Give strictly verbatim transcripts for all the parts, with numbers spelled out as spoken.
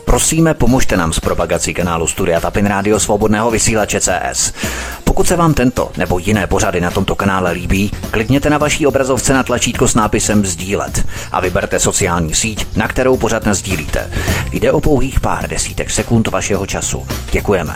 Prosíme, pomožte nám s propagací kanálu Studia Tapin Rádio Svobodného vysílače C S. Pokud se vám tento nebo jiné pořady na tomto kanále líbí, klikněte na vaší obrazovce na tlačítko s nápisem sdílet a vyberte sociální síť, na kterou pořad nasdílíte. Jde o pouhých pár desítek sekund vašeho času. Děkujeme.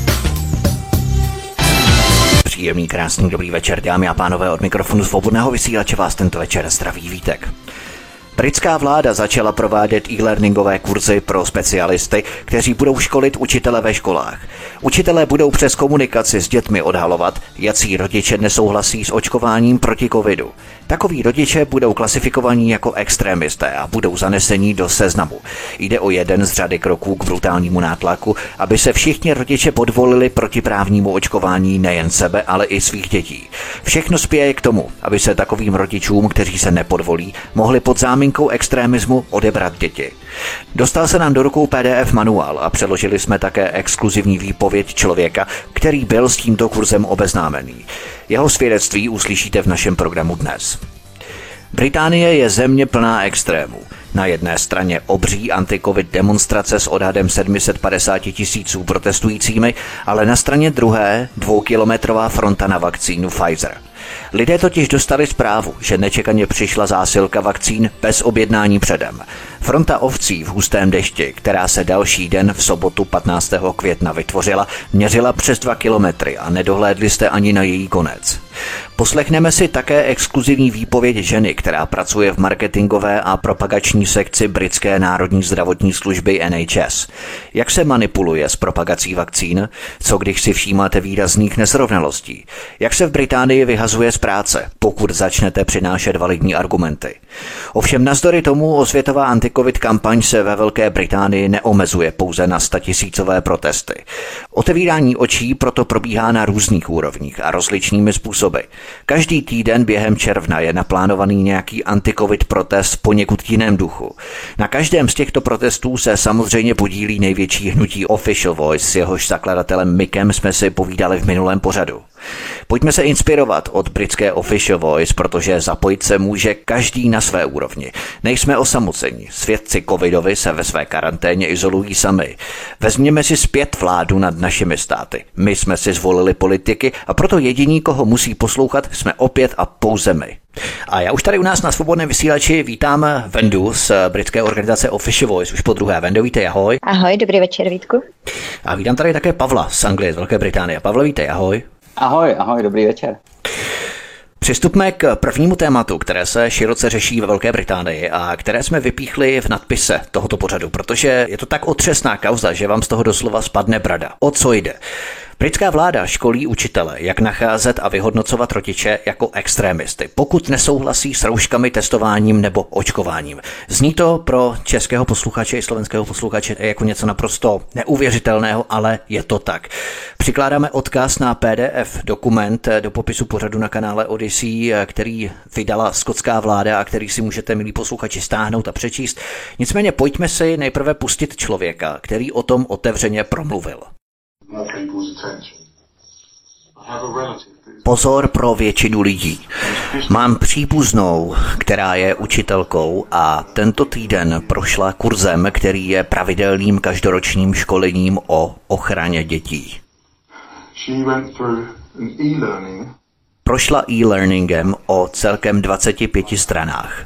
Příjemný, krásný, dobrý večer, dámy a pánové, od mikrofonu Svobodného vysílače vás tento večer zdraví Vítek. Britská vláda začala provádět e-learningové kurzy pro specialisty, kteří budou školit učitele ve školách. Učitelé budou přes komunikaci s dětmi odhalovat, jací rodiče nesouhlasí s očkováním proti covidu. Takoví rodiče budou klasifikovaní jako extrémisté a budou zanesení do seznamu. Jde o jeden z řady kroků k brutálnímu nátlaku, aby se všichni rodiče podvolili protiprávnímu očkování nejen sebe, ale i svých dětí. Všechno spěje k tomu, aby se takovým rodičům, kteří se nepodvolí, mohli pod záminkou extrémismu odebrat děti. Dostal se nám do rukou P D F manuál a přeložili jsme také exkluzivní výpověď člověka, který byl s tímto kurzem obeznámený. Jeho svědectví uslyšíte v našem programu dnes. Británie je země plná extrémů. Na jedné straně obří anti-covid demonstrace s odhadem sedm set padesát tisíců protestujícími, ale na straně druhé dvoukilometrová fronta na vakcínu Pfizer. Lidé totiž dostali zprávu, že nečekaně přišla zásilka vakcín bez objednání předem. Fronta ovcí v hustém dešti, která se další den v sobotu patnáctého května vytvořila, měřila přes dva kilometry a nedohlédli jste ani na její konec. Poslechneme si také exkluzivní výpověď ženy, která pracuje v marketingové a propagační sekci britské národní zdravotní služby N H S. Jak se manipuluje s propagací vakcín? Co když si všímáte výrazných nesrovnalostí? Jak se v Británii vyhazuje z práce, pokud začnete přinášet validní argumenty? Ovšem navzdory tomu osvětová anti-covid kampaň se ve Velké Británii neomezuje pouze na statisícové protesty. Otevírání očí proto probíhá na různých úrovních a rozličnými způsoby. Každý týden během června je naplánovaný nějaký anti-covid protest v poněkud jiném duchu. Na každém z těchto protestů se samozřejmě podílí největší hnutí Official Voice, s jehož zakladatelem Mickem jsme si povídali v minulém pořadu. Pojďme se inspirovat od britské Official Voice, protože zapojit se může každý na své úrovni. Nejsme osamoceni. Svědci covidovi se ve své karanténě izolují sami. Vezměme si zpět vládu nad našimi státy. My jsme si zvolili politiky a proto jediní, koho musí poslouchat, jsme opět a pouze my. A já už tady u nás na Svobodném vysílači vítám Vendu z britské organizace Official Voice, už po druhé. Vendo, vítej, ahoj. Ahoj, dobrý večer, Vítku. A vítám tady také Pavla z Anglie, z Velké Británie. Pavle, vítej, ahoj. Ahoj, ahoj, dobrý večer. Přistupme k prvnímu tématu, které se široce řeší ve Velké Británii a které jsme vypíchli v nadpise tohoto pořadu, protože je to tak otřesná kauza, že vám z toho doslova spadne brada. O co jde? Britská vláda školí učitele, jak nacházet a vyhodnocovat rodiče jako extrémisty, pokud nesouhlasí s rouškami, testováním nebo očkováním. Zní to pro českého posluchače i slovenského posluchače jako něco naprosto neuvěřitelného, ale je to tak. Přikládáme odkaz na P D F dokument do popisu pořadu na kanále Odyssey, který vydala skotská vláda a který si můžete, milí posluchači, stáhnout a přečíst. Nicméně pojďme si nejprve pustit člověka, který o tom otevřeně promluvil. Pozor pro většinu lidí. Mám příbuznou, která je učitelkou a tento týden prošla kurzem, který je pravidelným každoročním školením o ochraně dětí. Prošla e-learningem o celkem dvaceti pěti stranách.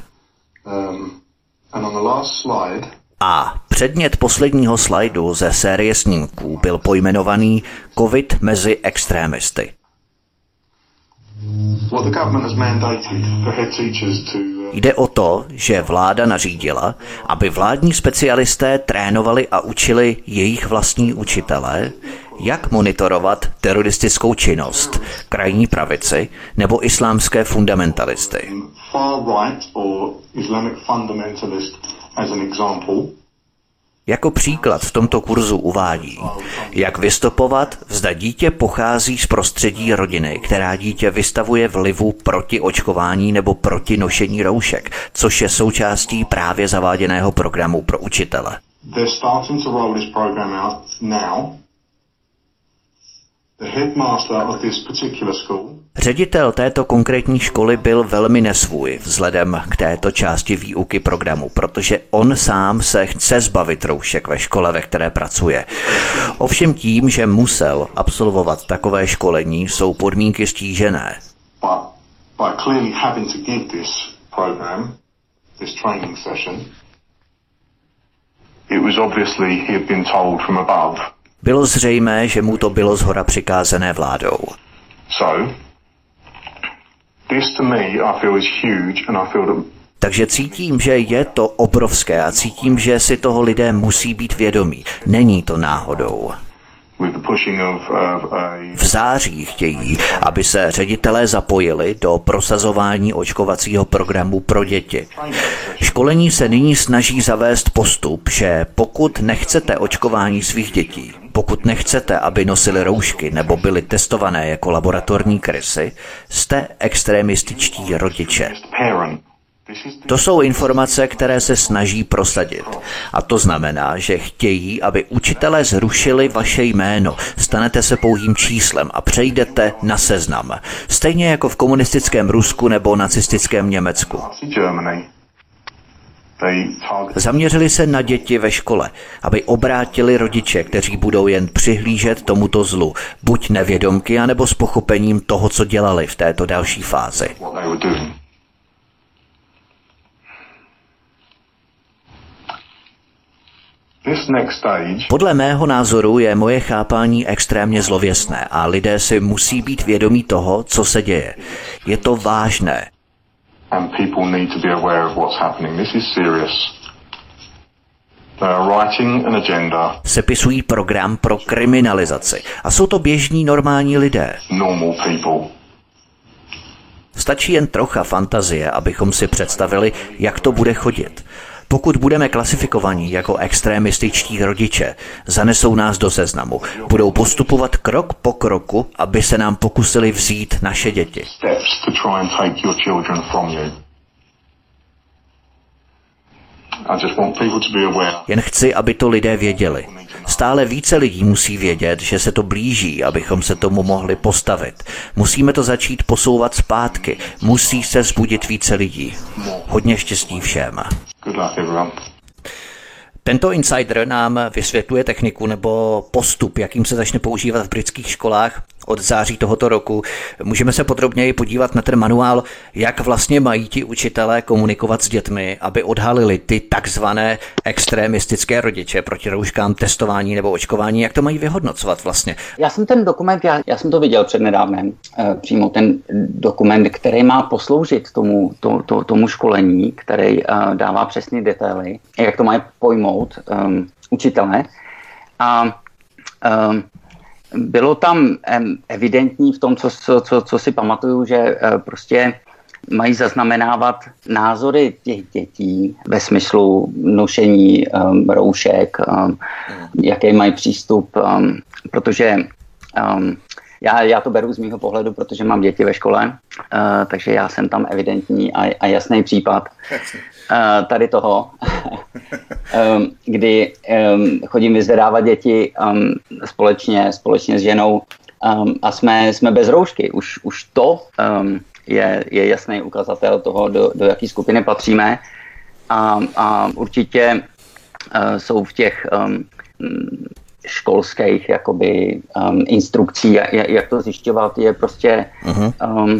A předmět posledního slajdu ze série snímků byl pojmenovaný COVID mezi extrémisty. Jde o to, že vláda nařídila, aby vládní specialisté trénovali a učili jejich vlastní učitele, jak monitorovat teroristickou činnost, krajní pravici nebo islámské fundamentalisty. Jako příklad v tomto kurzu uvádí, jak vystopovat, zda dítě pochází z prostředí rodiny, která dítě vystavuje vlivu proti očkování nebo proti nošení roušek, což je součástí právě zaváděného programu pro učitele. Ředitel této konkrétní školy byl velmi nesvůj vzhledem k této části výuky programu, protože on sám se chce zbavit roušek ve škole, ve které pracuje. Ovšem tím, že musel absolvovat takové školení, jsou podmínky stížené. Bylo zřejmé, že mu to bylo zhora přikázané vládou. So, this to me I feel is huge and I feel that Takže cítím, že je to obrovské a cítím, že si toho lidé musí být vědomí. Není to náhodou. V září chtějí, aby se ředitelé zapojili do prosazování očkovacího programu pro děti. Školení se nyní snaží zavést postup, že pokud nechcete očkování svých dětí, pokud nechcete, aby nosili roušky nebo byly testované jako laboratorní krysy, jste extremističtí rodiče. To jsou informace, které se snaží prosadit. A to znamená, že chtějí, aby učitelé zrušili vaše jméno, stanete se pouhým číslem a přejdete na seznam. Stejně jako v komunistickém Rusku nebo nacistickém Německu. Zaměřili se na děti ve škole, aby obrátili rodiče, kteří budou jen přihlížet tomuto zlu, buď nevědomky, anebo s pochopením toho, co dělali v této další fázi. Podle mého názoru je moje chápání extrémně zlověstné a lidé si musí být vědomí toho, co se děje. Je to vážné. Sepisují program pro kriminalizaci a jsou to běžní normální lidé. Stačí jen trocha fantazie, abychom si představili, jak to bude chodit. Pokud budeme klasifikovaní jako extremističtí rodiče, zanesou nás do seznamu. Budou postupovat krok po kroku, aby se nám pokusili vzít naše děti. Jen chci, aby to lidé věděli. Stále více lidí musí vědět, že se to blíží, abychom se tomu mohli postavit. Musíme to začít posouvat zpátky. Musí se vzbudit více lidí. Hodně štěstí všem. Tento insider nám vysvětluje techniku nebo postup, jakým se začne používat v britských školách od září tohoto roku. Můžeme se podrobněji podívat na ten manuál, jak vlastně mají ti učitelé komunikovat s dětmi, aby odhalili ty takzvané extremistické rodiče proti rouškám, testování nebo očkování, jak to mají vyhodnocovat vlastně. Já jsem ten dokument, já, já jsem to viděl přednedávnem, eh, přímo ten dokument, který má posloužit tomu, to, to, tomu školení, který eh, dává přesné detaily, jak to mají pojmout um, učitelé. A um, bylo tam um, evidentní v tom, co, co, co si pamatuju, že uh, prostě mají zaznamenávat názory těch dětí ve smyslu nošení um, roušek, um, jaký mají přístup, um, protože um, já, já to beru z mýho pohledu, protože mám děti ve škole, uh, takže já jsem tam evidentní a, a jasný případ uh, tady toho, um, kdy um, chodím vyzvedávat děti um, společně, společně s ženou um, a jsme, jsme bez roušky. Už, už to um, je, je jasný ukazatel toho, do, do jaké skupiny patříme a, a určitě uh, jsou v těch um, školských jakoby um, instrukcí, jak, jak to zjišťovat, je prostě uh-huh. um,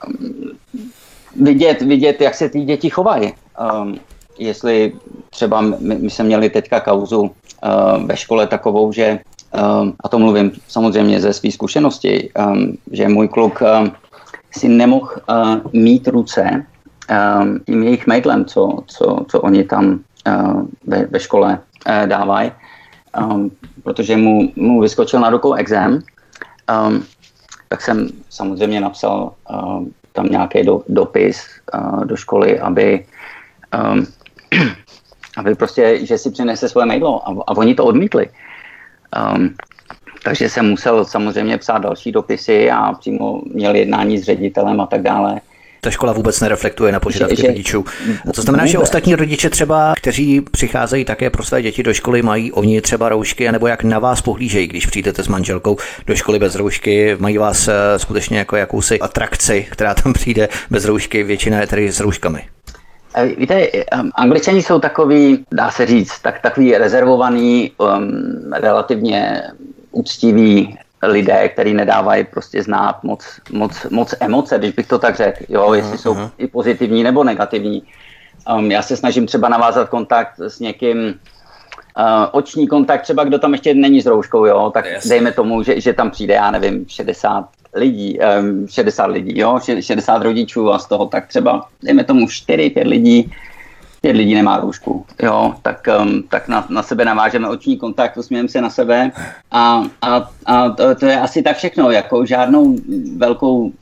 vidět, vidět, jak se ty děti chovají. Um, jestli třeba my, my jsme měli teďka kauzu uh, ve škole takovou, že, um, a to mluvím samozřejmě ze své zkušenosti, um, že můj kluk um, si nemohl uh, mít ruce um, tím jejich mejdlem, co, co, co oni tam uh, ve, ve škole uh, dávají. Um, protože mu, mu vyskočil na rukou exém, um, tak jsem samozřejmě napsal um, tam nějaký do, dopis uh, do školy, aby, um, aby prostě, že si přinese svoje mailo a, a oni to odmítli. Um, takže jsem musel samozřejmě psát další dopisy a přímo měl jednání s ředitelem a tak dále. Ta škola vůbec nereflektuje na požadavky rodičů. To znamená, že ostatní rodiče třeba, kteří přicházejí také pro své děti do školy, mají oni třeba roušky, nebo jak na vás pohlížejí, když přijdete s manželkou do školy bez roušky, mají vás skutečně jako jakousi atrakci, která tam přijde bez roušky, většina je tady s rouškami. Víte, Angličani jsou takový, dá se říct, tak takový rezervovaný, um, relativně úctiví lidé, kteří nedávají prostě znát moc, moc, moc emoce, když bych to tak řekl, jo, jestli jsou uh-huh. i pozitivní nebo negativní. Um, já se snažím třeba navázat kontakt s někým, uh, oční kontakt, třeba kdo tam ještě není s rouškou, jo, tak yes. dejme tomu, že, že tam přijde, já nevím, šedesát lidí, um, šedesát lidí, jo, šedesát rodičů a z toho tak třeba, dejme tomu čtyři, pět lidí, pět lidí nemá roušku, jo, tak, um, tak na, na sebe navážeme oční kontakt, usmějeme se na sebe a, a, a to, to je asi tak všechno, jako žádnou velkou um,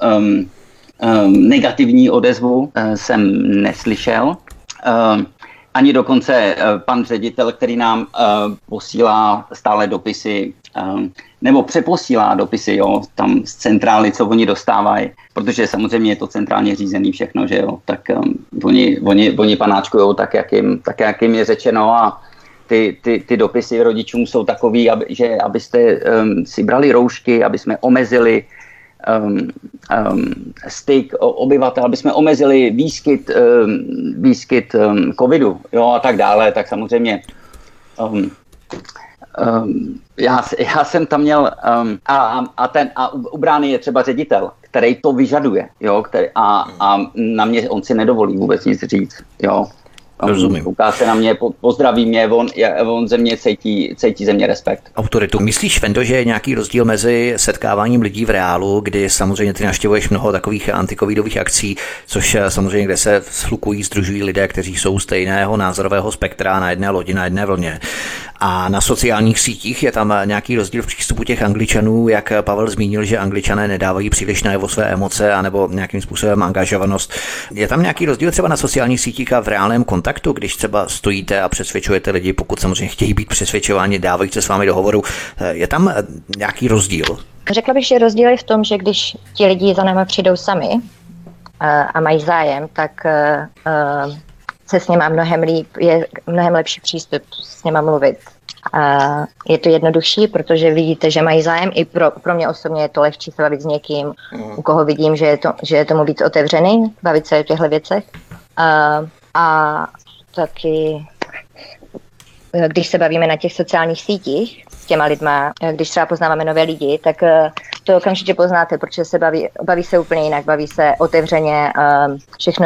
um, negativní odezvu uh, jsem neslyšel. Uh, ani dokonce uh, pan ředitel, který nám uh, posílá stále dopisy, um, nebo přeposílá dopisy, jo, tam z centrály, co oni dostávají, protože samozřejmě je to centrálně řízený všechno, že jo, tak um, oni, oni, oni panáčkujou tak, jak jim, tak, jak jim je řečeno a ty, ty, ty dopisy rodičům jsou takový, aby, že abyste um, si brali roušky, aby jsme omezili um, um, styk obyvatel, aby jsme omezili výskyt, um, výskyt um, covidu, jo, a tak dále, tak samozřejmě um, Um, já, já jsem tam měl um, a, a, ten, a u, u brány je třeba ředitel, který to vyžaduje, jo, který, a, a na mě on si nedovolí vůbec nic říct, jo. Rozumím. Kouká se na mě, po, pozdraví mě, on, on ze mě cítí, cítí ze mě respekt. Autoritu. Myslíš, Vendo, že je nějaký rozdíl mezi setkáváním lidí v reálu, kdy samozřejmě ty navštěvuješ mnoho takových antikovidových akcí, což samozřejmě, kde se shlukují, sdružují lidé, kteří jsou stejného názorového spektra na jedné lodi, na jedné vlně. A na sociálních sítích je tam nějaký rozdíl v přístupu těch Angličanů, jak Pavel zmínil, že Angličané nedávají příliš najevo své emoce anebo nějakým způsobem angažovanost. Je tam nějaký rozdíl třeba na sociálních sítích a v reálném kontaktu, když třeba stojíte a přesvědčujete lidi, pokud samozřejmě chtějí být přesvědčováni, dávají se s vámi do hovoru. Je tam nějaký rozdíl? Řekla bych, že rozdíl je v tom, že když ti lidi za námi přijdou sami a mají zájem, tak se s něma mnohem líp, je mnohem lepší přístup s něma mluvit. A je to jednodušší, protože vidíte, že mají zájem. I pro, pro mě osobně je to lehčí se bavit s někým, mm. u koho vidím, že je, to, že je tomu víc otevřený, bavit se o těchto věcech. A, a taky, když se bavíme na těch sociálních sítích s těma lidma, když třeba poznáváme nové lidi, tak to okamžitě poznáte, protože se baví, baví se úplně jinak, baví se otevřeně, všechno.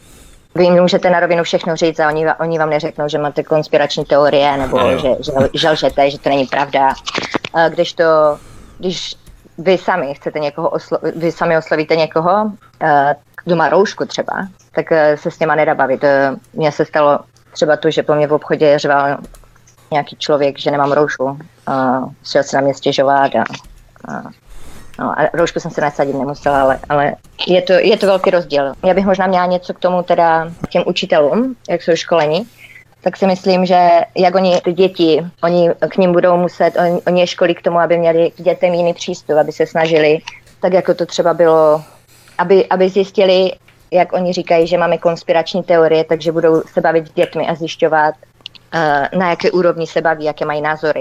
Vy jim můžete na rovinu všechno říct a oni, oni vám neřeknou, že máte konspirační teorie nebo no, že, že, že lžete, že to není pravda. Když to, když vy sami chcete někoho, oslo, vy sami oslovíte někoho, kdo má roušku třeba, tak se s něma nedá bavit. Mně se stalo třeba to, že po mě v obchodě řval nějaký člověk, že nemám roušku. Šel se na mě stěžovat a, a No, a roušku jsem se nasadit nemusela, ale, ale je, to, je to velký rozdíl. Já bych možná měla něco k tomu teda těm učitelům, jak jsou školeni, tak si myslím, že jak oni, ty děti, oni k ním budou muset, oni, oni je školí k tomu, aby měli k dětem jiný přístup, aby se snažili, tak jako to třeba bylo, aby, aby zjistili, jak oni říkají, že máme konspirační teorie, takže budou se bavit s dětmi a zjišťovat, uh, na jaké úrovni se baví, jaké mají názory.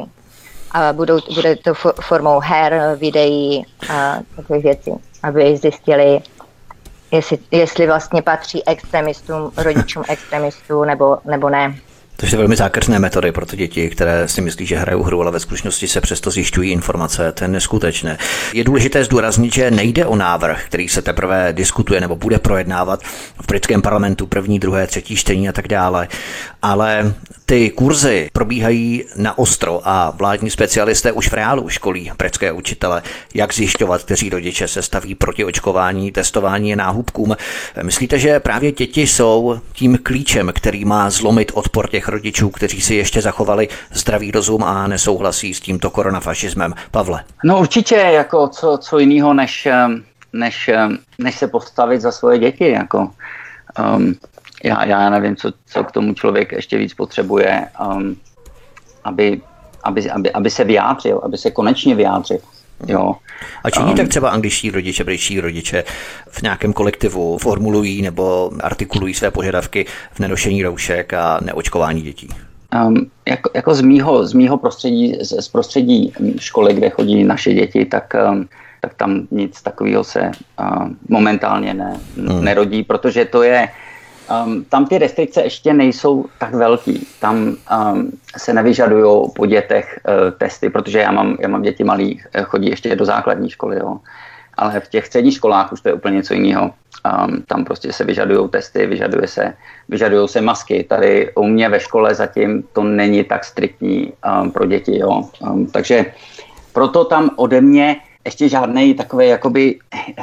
A budou, bude to formou her, videí a takových věcí, aby zjistili, jestli, jestli vlastně patří extremistům, rodičům extremistů nebo, nebo ne. To jsou velmi zákeřné metody pro ty děti, které si myslí, že hrajou hru, ale ve skutečnosti se přesto zjišťují informace. To je neskutečné. Je důležité zdůraznit, že nejde o návrh, který se teprve diskutuje nebo bude projednávat v britském parlamentu první, druhé, třetí čtení a tak dále, ale ty kurzy probíhají na ostro a vládní specialisté už v reálu školí britské učitele, jak zjišťovat, kteří rodiče se staví proti očkování, testování a náhubkům. Myslíte, že právě děti jsou tím klíčem, který má zlomit odpor těch rodičů, kteří si ještě zachovali zdravý rozum a nesouhlasí s tímto koronafašismem? Pavle. No určitě, jako co, co jiného, než, než, než se postavit za svoje děti. Jako, um, já, já nevím, co, co k tomu člověk ještě víc potřebuje, um, aby, aby, aby, aby se vyjádřil, aby se konečně vyjádřil. Jo. A činí um, tak třeba angličtí rodiče, britští rodiče v nějakém kolektivu formulují nebo artikulují své požadavky v nenošení roušek a neočkování dětí? Um, jako, jako z mýho, z mýho prostředí, z, z prostředí školy, kde chodí naše děti, tak, um, tak tam nic takového se uh, momentálně ne, hmm. nerodí, protože to je, um, tam ty restrikce ještě nejsou tak velký. Tam um, se nevyžadují po dětech uh, testy, protože já mám, já mám děti malý, chodí ještě do základní školy, jo. Ale v těch středních školách už to je úplně něco jiného. Um, tam prostě se vyžadují testy, vyžaduje se, vyžadují se masky. Tady u mě ve škole zatím to není tak striktní um, pro děti. Jo. Um, takže proto tam ode mě ještě žádný takový jakoby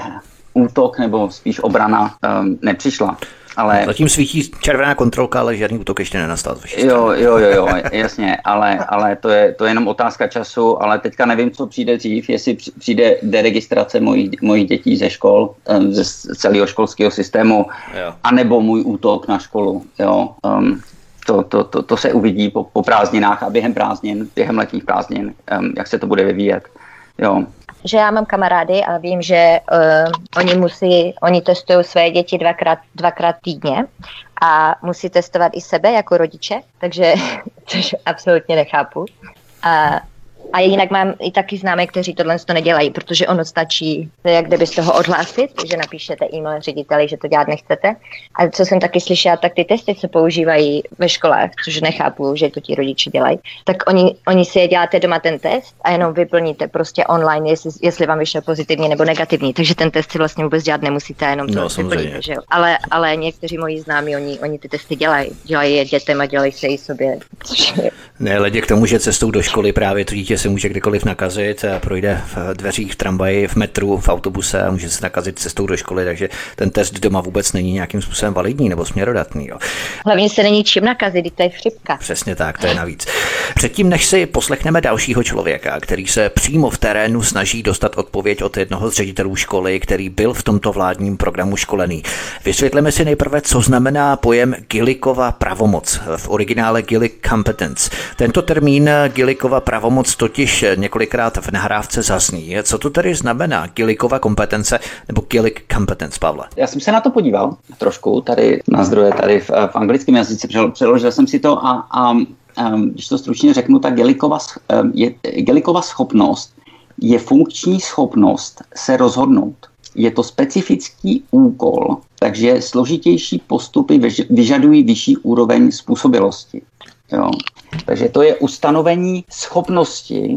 uh, útok nebo spíš obrana um, nepřišla. Ale... Zatím svítí červená kontrolka, ale žádný útok ještě nenastal. Jo, jo, jo, jo, jasně, ale, ale to, je, to je jenom otázka času, ale teďka nevím, co přijde dřív, jestli přijde deregistrace mojich, mojich dětí ze škol, ze celého školského systému, jo. Anebo můj útok na školu, jo. Um, to, to, to, to se uvidí po, po prázdninách a během prázdnin, během letních prázdnin, um, jak se to bude vyvíjet, jo. Že já mám kamarády a vím, že uh, oni musí, oni testují své děti dvakrát, dvakrát týdně a musí testovat i sebe jako rodiče, takže což absolutně nechápu. A, a jinak mám i taky známé, kteří tohle to nedělají, protože ono stačí, jak kdyby z toho odhlásit, že napíšete e-mail řediteli, že to dělat nechcete. A co jsem taky slyšela, tak ty testy, co používají ve školách, což nechápu, že to ti rodiče dělají, tak oni, oni si je děláte doma ten test a jenom vyplníte prostě online, jestli, jestli vám vyšel pozitivní nebo negativní. Takže ten test si vlastně vůbec dělat nemusíte, jenom to no, vyplníte, že jo. Ale, ale někteří moji známí, oni, oni ty testy dělají. Dělají je dětem a dělají se i sobě. Ne, hledě k tomu, že cestou do školy právě to dítě se může kdykoliv nakazit, projde v dveřích, v tramvaji, v metru, v autobuse a může se nakazit cestou do školy, takže ten test doma vůbec není nějakým způsobem validní nebo směrodatný. Jo. Hlavně se není čím nakazit, to je chřipka. Přesně tak, to je navíc. Předtím, než si poslechneme dalšího člověka, který se přímo v terénu snaží dostat odpověď od jednoho z ředitelů školy, který byl v tomto vládním programu školený. Vysvětlíme si nejprve, co znamená pojem Gillikova pravomoc, v originále Gillick competence. Tento termín Gillikova pravomoc totiž několikrát v nahrávce zazní. Co to tedy znamená Gillikova kompetence nebo Gillick competence, Pavle? Já jsem se na to podíval trošku, tady na zdroje, tady v, v anglickém jazyce, přeložil jsem si to a, a, a když to stručně řeknu, tak Gillikova, je, Gillikova schopnost je funkční schopnost se rozhodnout. Je to specifický úkol, takže složitější postupy vyžadují vyšší úroveň způsobilosti. Jo. Takže to je ustanovení schopnosti,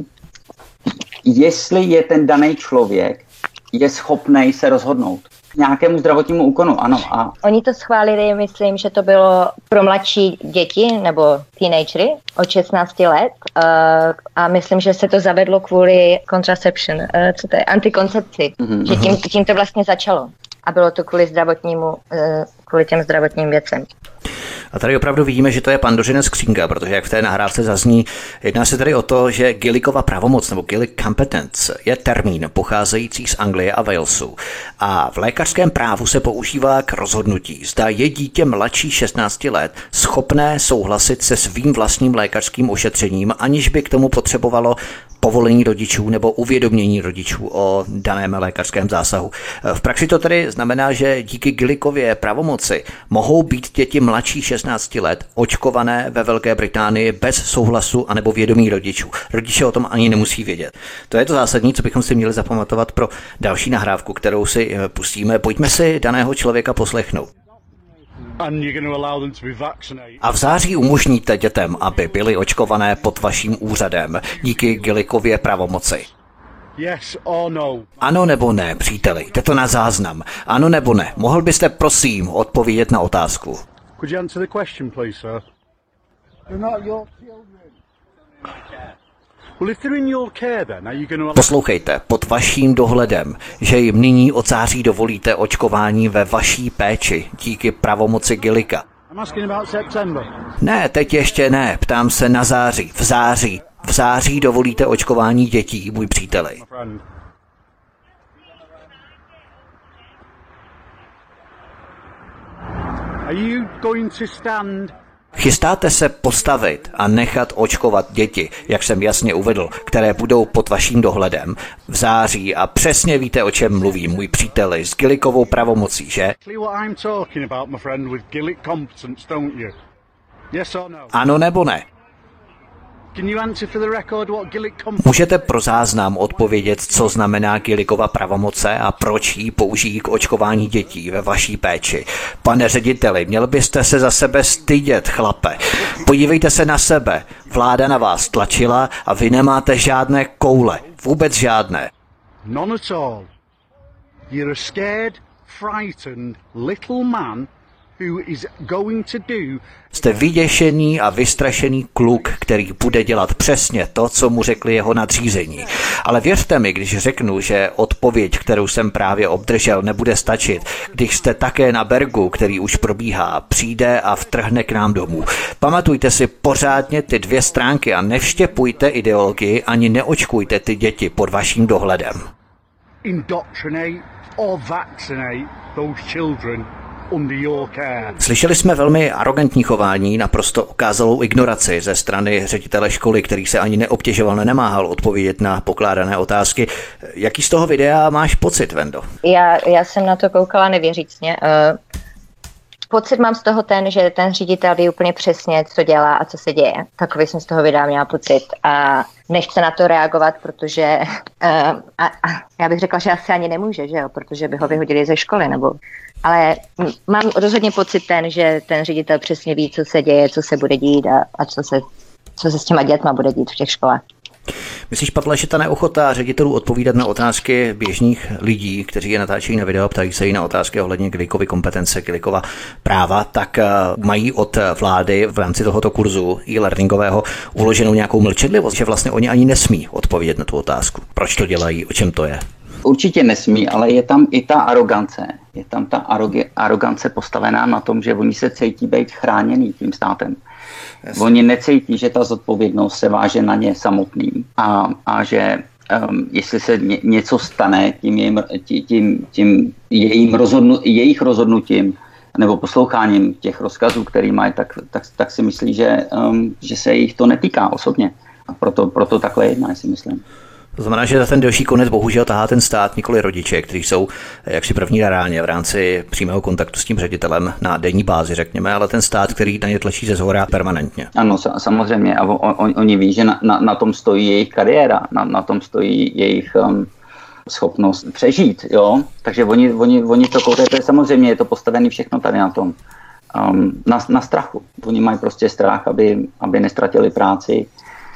jestli je ten daný člověk je schopný se rozhodnout k nějakému zdravotnímu úkonu, ano. A... Oni to schválili, myslím, že to bylo pro mladší děti nebo teenagery od šestnácti let uh, a myslím, že se to zavedlo kvůli contraception, uh, co to je, antikoncepci, mm-hmm. že tím, tím to vlastně začalo a bylo to kvůli zdravotnímu, uh, kvůli těm zdravotním věcem. A tady opravdu vidíme, že to je Pandořina skřínka, protože jak v té nahrávce zazní, jedná se tady o to, že Gillikova pravomoc nebo Gillick competence je termín pocházející z Anglie a Walesu a v lékařském právu se používá k rozhodnutí, zda je dítě mladší šestnácti let schopné souhlasit se svým vlastním lékařským ošetřením, aniž by k tomu potřebovalo povolení rodičů nebo uvědomění rodičů o daném lékařském zásahu. V praxi to tedy znamená, že díky Gillikově pravomoci mohou být děti mladší šestnácti let očkované ve Velké Británii bez souhlasu anebo vědomí rodičů. Rodiče o tom ani nemusí vědět. To je to zásadní, co bychom si měli zapamatovat pro další nahrávku, kterou si pustíme. Pojďme si daného člověka poslechnout. A v září umožníte dětem, aby byly očkované pod vaším úřadem díky Gillikově pravomoci. Yes or no? Ano nebo ne, příteli, jde to na záznam. Ano nebo ne, mohl byste prosím odpovědět na otázku. Could you answer the question, please, sir? They're not your children. Well, if they're in your care, then are you going to... Poslouchejte, pod vaším dohledem, že jim nyní od září dovolíte očkování ve vaší péči díky pravomoci Gillicka. I'm asking about September. Ne, teď ještě ne, ptám se na září, v září. V září dovolíte očkování dětí, můj příteli. Are you going to stand Chystáte se postavit a nechat očkovat děti, jak jsem jasně uvedl, které budou pod vaším dohledem v září a přesně víte, o čem mluví můj příteli s Gillickovou pravomocí, že? Ano nebo ne? Můžete pro záznam odpovědět, co znamená Gillickova pravomoce a proč ji použijí k očkování dětí ve vaší péči? Pane řediteli, měl byste se za sebe stydět, chlape. Podívejte se na sebe. Vláda na vás tlačila a vy nemáte žádné koule. Vůbec žádné. None at all. You're a scared, frightened little man who is going to do... Jste vyděšený a vystrašený kluk, který bude dělat přesně to, co mu řekli jeho nadřízení. Ale věřte mi, když řeknu, že odpověď, kterou jsem právě obdržel, nebude stačit, když jste také na Bergu, který už probíhá, přijde a vtrhne k nám domů. Pamatujte si pořádně ty dvě stránky a nevštěpujte ideologii ani neočkujte ty děti pod vaším dohledem. Indoctrinate or vaccinate those children. Slyšeli jsme velmi arrogantní chování, naprosto ukázalou ignoraci ze strany ředitele školy, který se ani neobtěžoval, nemáhal odpovědět na pokládané otázky. Jaký z toho videa máš pocit, Vendo? Já, já jsem na to koukala nevěřícně. Uh, pocit mám z toho ten, že ten ředitel ví úplně přesně, co dělá a co se děje. Takový jsem z toho videa měla pocit. A nechce na to reagovat, protože uh, a, a já bych řekla, že asi ani nemůže, že jo? Protože by ho vyhodili ze školy, nebo... Ale mám rozhodně pocit ten, že ten ředitel přesně ví, co se děje, co se bude dít a, a co, se, co se s těma dětma bude dít v těch školách. Myslíš, Pavle, že ta neochota ředitelů odpovídat na otázky běžných lidí, kteří je natáčejí na video, ptají se jí na otázky ohledně Gillickovy kompetence, Gillickova práva, tak mají od vlády v rámci tohoto kurzu e-learningového uloženou nějakou mlčenlivost, že vlastně oni ani nesmí odpovědět na tu otázku. Proč to dělají, o čem to je? Určitě nesmí, ale je tam i ta arogance. Je tam ta arogance postavená na tom, že oni se cítí být chráněný tím státem. Jasně. Oni necítí, že ta zodpovědnost se váže na ně samotný a, a že um, jestli se ně, něco stane tím, jejím, tím, tím jejím rozhodnu, jejich rozhodnutím nebo posloucháním těch rozkazů, který mají, tak, tak, tak si myslí, že, um, že se jich to netýká osobně. A proto, proto takhle jedná, si myslím. To znamená, že za ten delší konec bohužel tahá ten stát, nikoli rodiče, kteří jsou jaksi první na ráně v rámci přímého kontaktu s tím ředitelem na denní bázi, řekněme, ale ten stát, který na ně tlačí ze zhora permanentně. Ano, samozřejmě. A on, oni ví, že na, na, na tom stojí jejich kariéra, na, na tom stojí jejich um, schopnost přežít. Jo? Takže oni, oni, oni to koukají, to je samozřejmě, je to postavené všechno tady na tom. Um, na, na strachu. Oni mají prostě strach, aby, aby nestratili práci.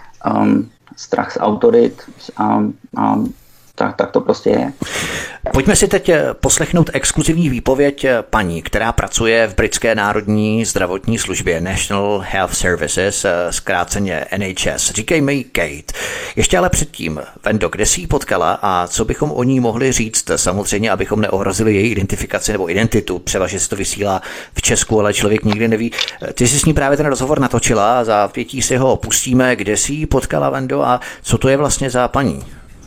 Um, strach z autorit a, a tak, tak to prostě je. Pojďme si teď poslechnout exkluzivní výpověď paní, která pracuje v britské národní zdravotní službě National Health Services, zkráceně N H S. Říkej mi Kate. Ještě ale předtím, Vendo, kde jsi ji potkala a co bychom o ní mohli říct? Samozřejmě, abychom neohrozili její identifikaci nebo identitu, převážně se to vysílá v Česku, ale člověk nikdy neví. Ty jsi s ní právě ten rozhovor natočila a za pětí si ho pustíme. Kde jsi ji potkala, Vendo, a co to je vlastně za paní?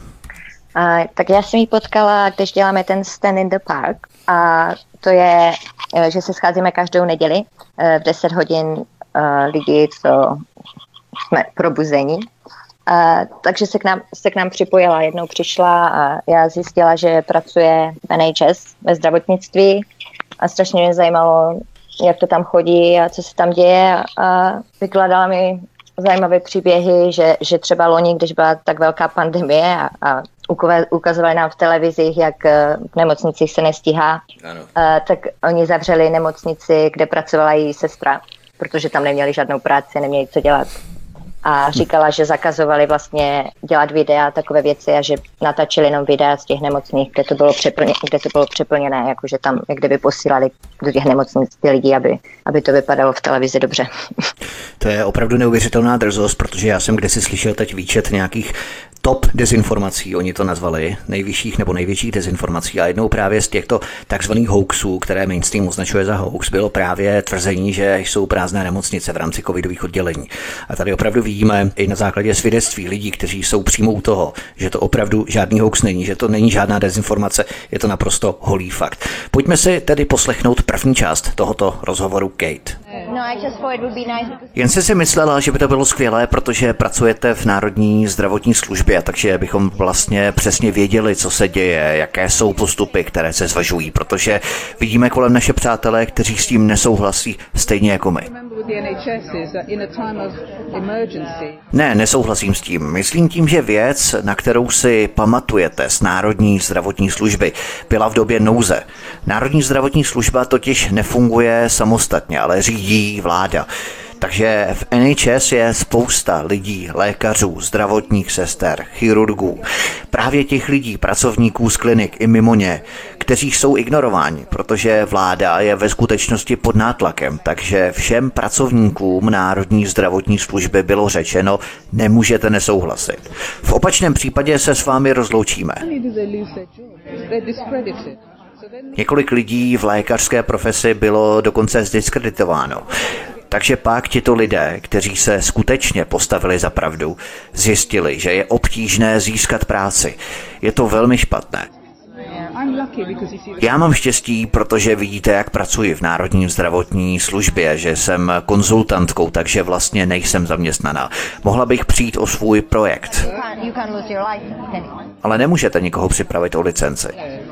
Uh, tak já jsem ji potkala, když děláme ten Stand in the Park. A to je, že se scházíme každou neděli uh, v deset hodin uh, lidi, co jsme probuzení. Uh, takže se k, nám, se k nám připojila. Jednou přišla a já zjistila, že pracuje v N H S ve zdravotnictví a strašně mě zajímalo, jak to tam chodí a co se tam děje, a vykládala mi zajímavé příběhy, že, že třeba loni, když byla tak velká pandemie a, a ukazovali nám v televizích, jak v nemocnicích se nestíhá, tak oni zavřeli nemocnici, kde pracovala její sestra, protože tam neměli žádnou práci, neměli co dělat. A říkala, že zakazovali vlastně dělat videa, takové věci, a že natáčeli jenom videa z těch nemocných, kde to bylo, přeplně, kde to bylo přeplněné, jakože tam jak kdyby posílali do těch nemocnic ty lidi, aby, aby to vypadalo v televizi dobře. To je opravdu neuvěřitelná drzost, protože já jsem kdysi slyšel teď výčet nějakých top dezinformací, oni to nazvali, nejvyšších nebo největších dezinformací. A jednou právě z těchto takzvaných hoaxů, které mainstream označuje za hoax, bylo právě tvrzení, že jsou prázdné nemocnice v rámci covidových oddělení. A tady opravdu vidíme i na základě svědectví lidí, kteří jsou přímo u toho, že to opravdu žádný hoax není, že to není žádná dezinformace, je to naprosto holý fakt. Pojďme si tedy poslechnout první část tohoto rozhovoru Kate. Jen si si myslela, že by to bylo skvělé, protože pracujete v Národní zdravotní službě, takže bychom vlastně přesně věděli, co se děje, jaké jsou postupy, které se zvažují, protože vidíme kolem naše přátelé, kteří s tím nesouhlasí stejně jako my. Ne, nesouhlasím s tím. Myslím tím, že věc, na kterou si pamatujete z Národní zdravotní služby, byla v době nouze. Národní zdravotní služba totiž nefunguje samostatně, ale řídí vláda. Takže v N H S je spousta lidí, lékařů, zdravotních sester, chirurgů, právě těch lidí, pracovníků z klinik i mimo ně, kteří jsou ignorováni, protože vláda je ve skutečnosti pod nátlakem, takže všem pracovníkům Národní zdravotní služby bylo řečeno, nemůžete nesouhlasit. V opačném případě se s vámi rozloučíme. Několik lidí v lékařské profesi bylo dokonce zdiskreditováno. Takže pak tito lidé, kteří se skutečně postavili za pravdu, zjistili, že je obtížné získat práci. Je to velmi špatné. Já mám štěstí, protože vidíte, jak pracuji v Národní zdravotní službě, že jsem konzultantkou, takže vlastně nejsem zaměstnaná. Mohla bych přijít o svůj projekt. Ale nemůžete nikoho připravit o licenci.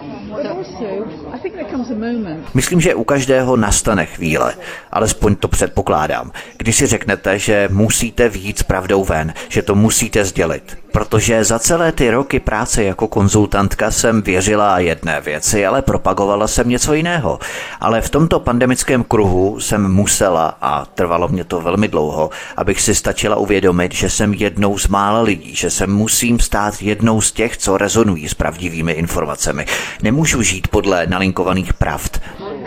Myslím, že u každého nastane chvíle, alespoň to předpokládám, když si řeknete, že musíte vyjít s pravdou ven, že to musíte sdělit. Protože za celé ty roky práce jako konzultantka jsem věřila jedné věci, ale propagovala jsem něco jiného. Ale v tomto pandemickém kruhu jsem musela, a trvalo mě to velmi dlouho, abych si stačila uvědomit, že jsem jednou z mála lidí, že se musím stát jednou z těch, co rezonují s pravdivými informacemi. Nemůžu žít podle nalinkovaných pravd.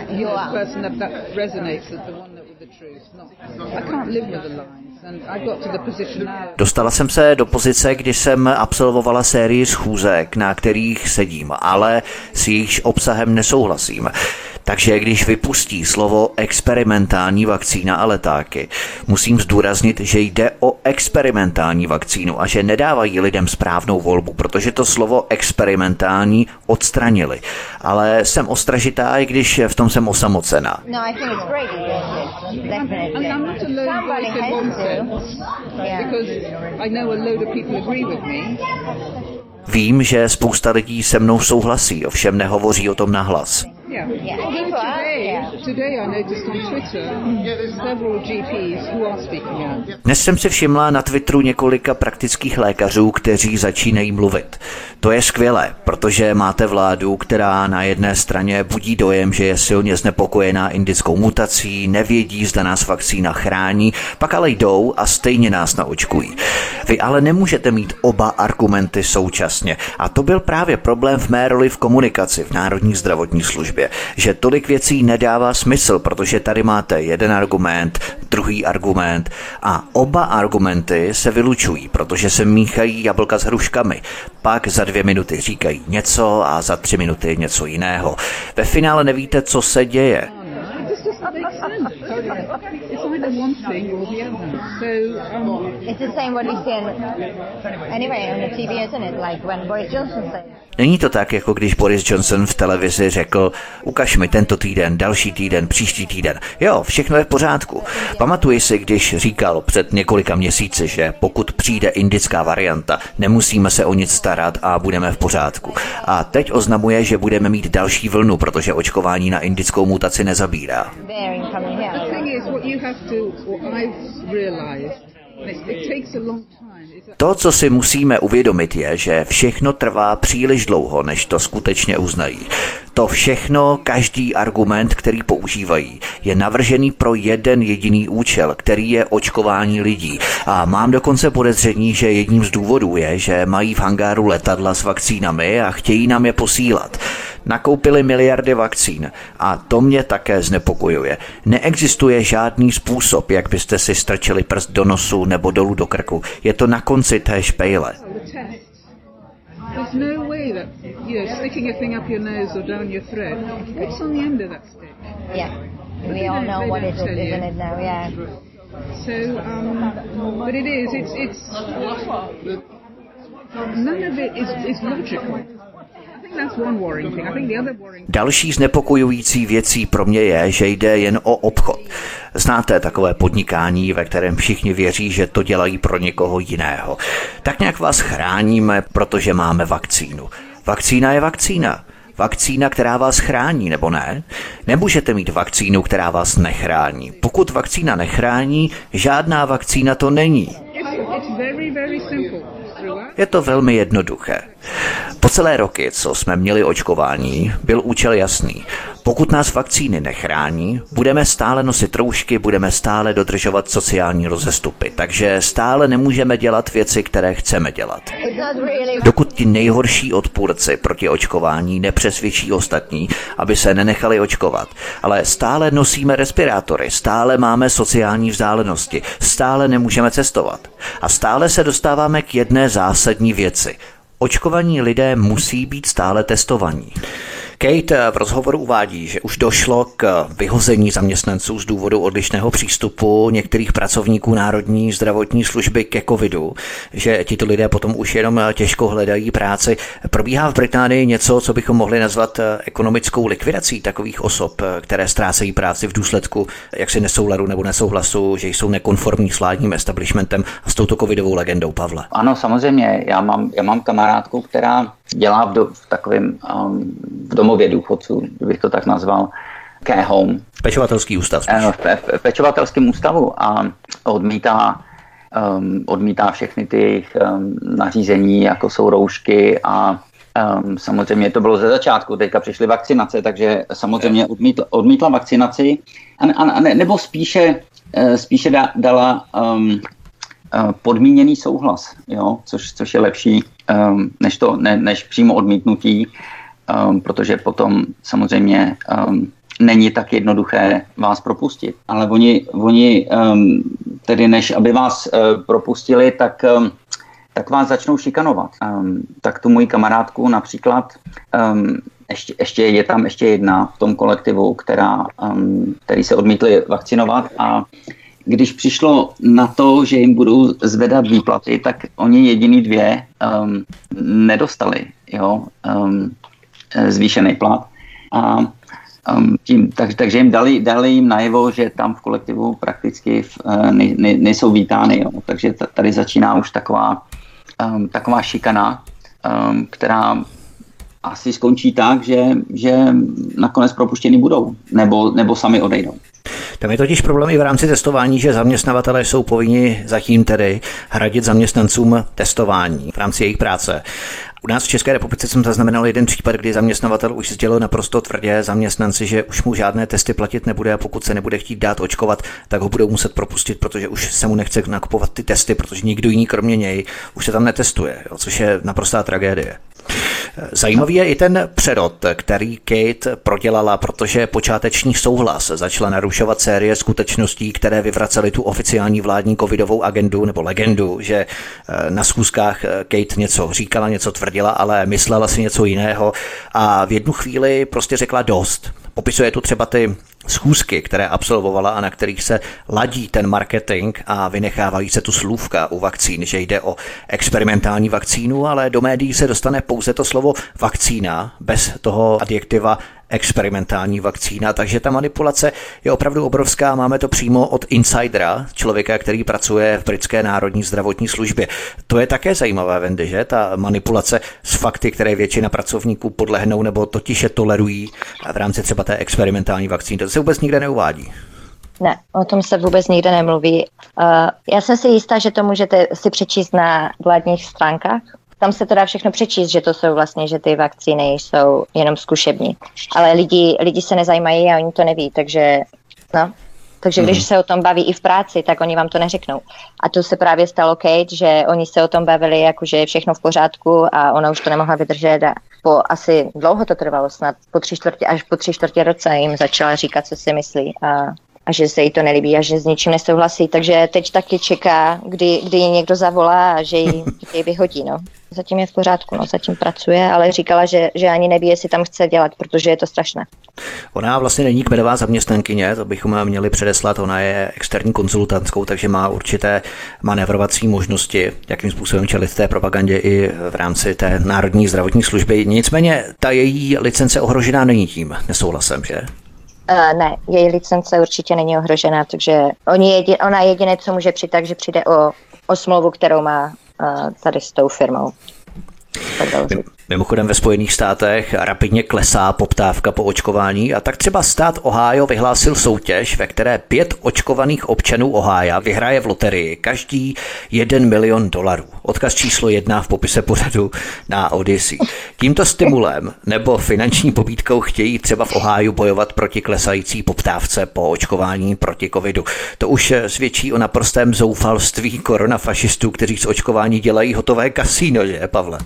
Dostala jsem se do pozice, kdy jsem absolvovala sérii schůzek, na kterých sedím, ale s jejichž obsahem nesouhlasím. Takže když vypustí slovo experimentální vakcína a letáky, musím zdůraznit, že jde o experimentální vakcínu a že nedávají lidem správnou volbu, protože to slovo experimentální odstranili. Ale jsem ostražitá, i když v tom jsem osamocená. No, I think it's great. Definitely. I'm not alone. Somebody has to. Because I know a load of people agree with me. Vím, že spousta lidí se mnou souhlasí, ovšem nehovoří o tom nahlas. Yeah. Yeah. Today, today I noticed on Twitter several G Ps who are speaking out. Dnes jsem si všimla na Twitteru několika praktických lékařů, kteří začínají mluvit. To je skvělé, protože máte vládu, která na jedné straně budí dojem, že je silně znepokojená indickou mutací, nevědí, zda nás vakcína chrání, pak ale jdou a stejně nás naočkují. Vy ale nemůžete mít oba argumenty současně. A to byl právě problém v mé roli v komunikaci v Národní zdravotní službě, že tolik věcí nedává smysl, protože tady máte jeden argument, druhý argument a oba argumenty se vylučují, protože se míchají jablka s hruškami. Pak za dvě minuty říkají něco a za tři minuty něco jiného. Ve finále nevíte, co se děje. Není to tak, jako když Boris Johnson v televizi řekl, ukaž mi tento týden, další týden, příští týden. Jo, všechno je v pořádku. Pamatuji si, když říkal před několika měsíci, že pokud přijde indická varianta, nemusíme se o nic starat a budeme v pořádku. A teď oznamuje, že budeme mít další vlnu, protože očkování na indickou mutaci nezabírá. To, co si musíme uvědomit, je, že všechno trvá příliš dlouho, než to skutečně uznají. To všechno, každý argument, který používají, je navržený pro jeden jediný účel, který je očkování lidí. A mám dokonce podezření, že jedním z důvodů je, že mají v hangáru letadla s vakcínami a chtějí nám je posílat. Nakoupili miliardy vakcín a to mě také znepokojuje. Neexistuje žádný způsob, jak byste si strčili prst do nosu nebo dolů do krku. Je to na konci té špejle. There's no way that, you know, sticking a thing up your nose or down your throat, what's on the end of that stick? Yeah. We all know what it is, isn't it now? Yeah. So, um, but it is, it's, it's, none of it is, is logical. Další znepokojující věcí pro mě je, že jde jen o obchod. Znáte takové podnikání, ve kterém všichni věří, že to dělají pro někoho jiného. Tak nějak vás chráníme, protože máme vakcínu. Vakcína je vakcína. Vakcína, která vás chrání, nebo ne? Nemůžete mít vakcínu, která vás nechrání. Pokud vakcína nechrání, žádná vakcína to není. Je to velmi jednoduché. Po celé roky, co jsme měli očkování, byl účel jasný. Pokud nás vakcíny nechrání, budeme stále nosit roušky, budeme stále dodržovat sociální rozestupy, takže stále nemůžeme dělat věci, které chceme dělat. Dokud ti nejhorší odpůrci proti očkování nepřesvědčí ostatní, aby se nenechali očkovat, ale stále nosíme respirátory, stále máme sociální vzdálenosti, stále nemůžeme cestovat a stále se dostáváme k jedné zásadní věci. Očkovaní lidé musí být stále testovaní. Kate v rozhovoru uvádí, že už došlo k vyhození zaměstnanců z důvodu odlišného přístupu některých pracovníků Národní zdravotní služby ke covidu, že tito lidé potom už jenom těžko hledají práci. Probíhá v Británii něco, co bychom mohli nazvat ekonomickou likvidací takových osob, které ztrácejí práci v důsledku jaksi nesouladu nebo nesouhlasu, že jsou nekonformní s vládním establishmentem a s touto covidovou legendou, Pavle. Ano, samozřejmě. Já mám, já mám kamarádku, která dělá v, do, v takovém um, v domově důchodců, kdybych to tak nazval, care home. Pečovatelský ústav. V, v, v pečovatelském ústavu a odmítá, um, odmítá všechny ty um, nařízení, jako jsou roušky a um, samozřejmě to bylo ze začátku, teďka přišly vakcinace, takže samozřejmě odmítla, odmítla vakcinaci a, a, a ne, nebo spíše, spíše da, dala um, podmíněný souhlas, jo? Což, což je lepší um, než, to, ne, než přímo odmítnutí, um, protože potom samozřejmě um, není tak jednoduché vás propustit. Ale oni, oni um, tedy než aby vás uh, propustili, tak, um, tak vás začnou šikanovat. Um, tak tu moji kamarádku například, um, ještě, ještě je tam ještě jedna v tom kolektivu, která, um, který se odmítli vakcinovat a když přišlo na to, že jim budou zvedat výplaty, tak oni jediný dvě um, nedostali, jo, um, zvýšený plat. A um, tím, tak, takže jim dali, dali jim najevo, že tam v kolektivu prakticky v, uh, ne, ne, nejsou vítány. Jo. Takže tady začíná už taková, um, taková šikana, um, která asi skončí tak, že, že nakonec propuštěni budou, nebo, nebo sami odejdou. Tam je totiž problém i v rámci testování, že zaměstnavatelé jsou povinni zatím tedy hradit zaměstnancům testování v rámci jejich práce. U nás v České republice jsem zaznamenal jeden případ, kdy zaměstnavatel už sdělil naprosto tvrdě zaměstnanci, že už mu žádné testy platit nebude a pokud se nebude chtít dát očkovat, tak ho budou muset propustit, protože už se mu nechce nakupovat ty testy, protože nikdo jiný kromě něj už se tam netestuje, jo, což je naprostá tragédie. Zajímavý je i ten přerod, který Kate prodělala, protože počáteční souhlas začala narušovat série skutečností, které vyvracely tu oficiální vládní covidovou agendu nebo legendu, že na schůzkách Kate něco říkala, něco tvrdila, ale myslela si něco jiného a v jednu chvíli prostě řekla dost. Popisuje tu třeba ty schůzky, které absolvovala a na kterých se ladí ten marketing a vynechávají se tu slůvka u vakcín, že jde o experimentální vakcínu, ale do médií se dostane pouze to slovo vakcína bez toho adjektiva experimentální vakcína, takže ta manipulace je opravdu obrovská. Máme to přímo od insidera, člověka, který pracuje v britské národní zdravotní službě. To je také zajímavé, Wendy, že? Ta manipulace s fakty, které většina pracovníků podlehnou nebo totiž je tolerují v rámci třeba té experimentální vakcíny. To se vůbec nikde neuvádí. Ne, o tom se vůbec nikde nemluví. Uh, já jsem si jistá, že to můžete si přečíst na vládních stránkách. Tam se to dá všechno přečíst, že to jsou vlastně, že ty vakcíny jsou jenom zkušební. Ale lidi, lidi se nezajímají a oni to neví, takže no. Takže když se o tom baví i v práci, tak oni vám to neřeknou. A to se právě stalo Kate, že oni se o tom bavili, jakože je všechno v pořádku a ona už to nemohla vydržet a po asi dlouho to trvalo, snad po tři čtvrtě, až po tři čtvrtě roce jim začala říkat, co si myslí a a že se jí to nelíbí a že s ničím nesouhlasí, takže teď taky čeká, kdy, kdy ji někdo zavolá a že ji, že ji vyhodí, no. Zatím je v pořádku, no, zatím pracuje, ale říkala, že, že ani neví, jestli tam chce dělat, protože je to strašné. Ona vlastně není kmenová zaměstnankyně, to bychom měli předeslat, ona je externí konzultantkou, takže má určité manévrovací možnosti, jakým způsobem čelit té propagandě i v rámci té národní zdravotní služby. Nicméně ta její licence ohrožená není tím nesouhlasem, že? Uh, ne, její licence určitě není ohrožená, takže oni jedi, ona jediné, co může přijít, takže přijde o, o smlouvu, kterou má uh, tady s tou firmou. Mimochodem ve Spojených státech rapidně klesá poptávka po očkování a tak třeba stát Ohio vyhlásil soutěž, ve které pět očkovaných občanů Ohája vyhraje v loterii každý jeden milion dolarů. Odkaz číslo jedna v popise pořadu na Odyssey. Tímto stimulem nebo finanční pobídkou chtějí třeba v Ohiu bojovat proti klesající poptávce po očkování proti covidu. To už svědčí o naprostém zoufalství koronafašistů, kteří z očkování dělají hotové kasíno, že Pavle?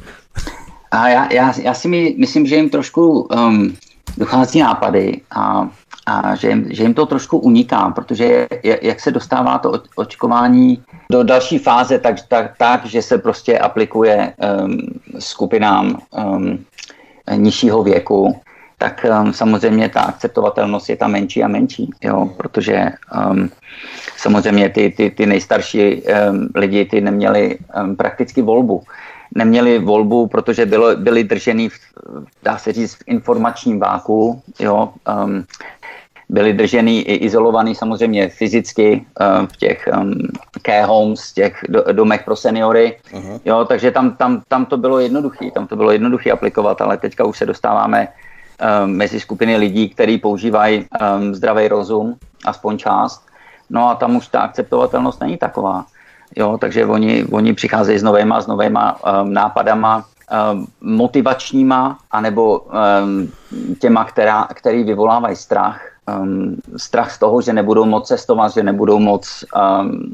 A já, já, já si my, myslím, že jim trošku um, dochází nápady a, a že, jim, že jim to trošku uniká, protože je, jak se dostává to očkování do další fáze, tak, tak, tak že se prostě aplikuje um, skupinám um, nižšího věku, tak um, samozřejmě ta akceptovatelnost je tam menší a menší, jo, protože um, samozřejmě ty, ty, ty nejstarší um, lidi ty neměli um, prakticky volbu. Neměli volbu, protože bylo, byli drženi, v, dá se říct, v informačním váku, jo, um, byli drženi i izolovaní samozřejmě fyzicky um, v těch um, care homes, těch do, domech pro seniory, uh-huh. jo, takže tam, tam, tam to bylo jednoduché, tam to bylo jednoduché aplikovat, ale teďka už se dostáváme um, mezi skupiny lidí, kteří používají um, zdravý rozum, aspoň část, no a tam už ta akceptovatelnost není taková. Jo, takže oni, oni přicházejí s novejma, s novejma um, nápadama, um, motivačníma, anebo um, těma, která, který vyvolávají strach. Um, strach z toho, že nebudou moc cestovat, že nebudou moc um,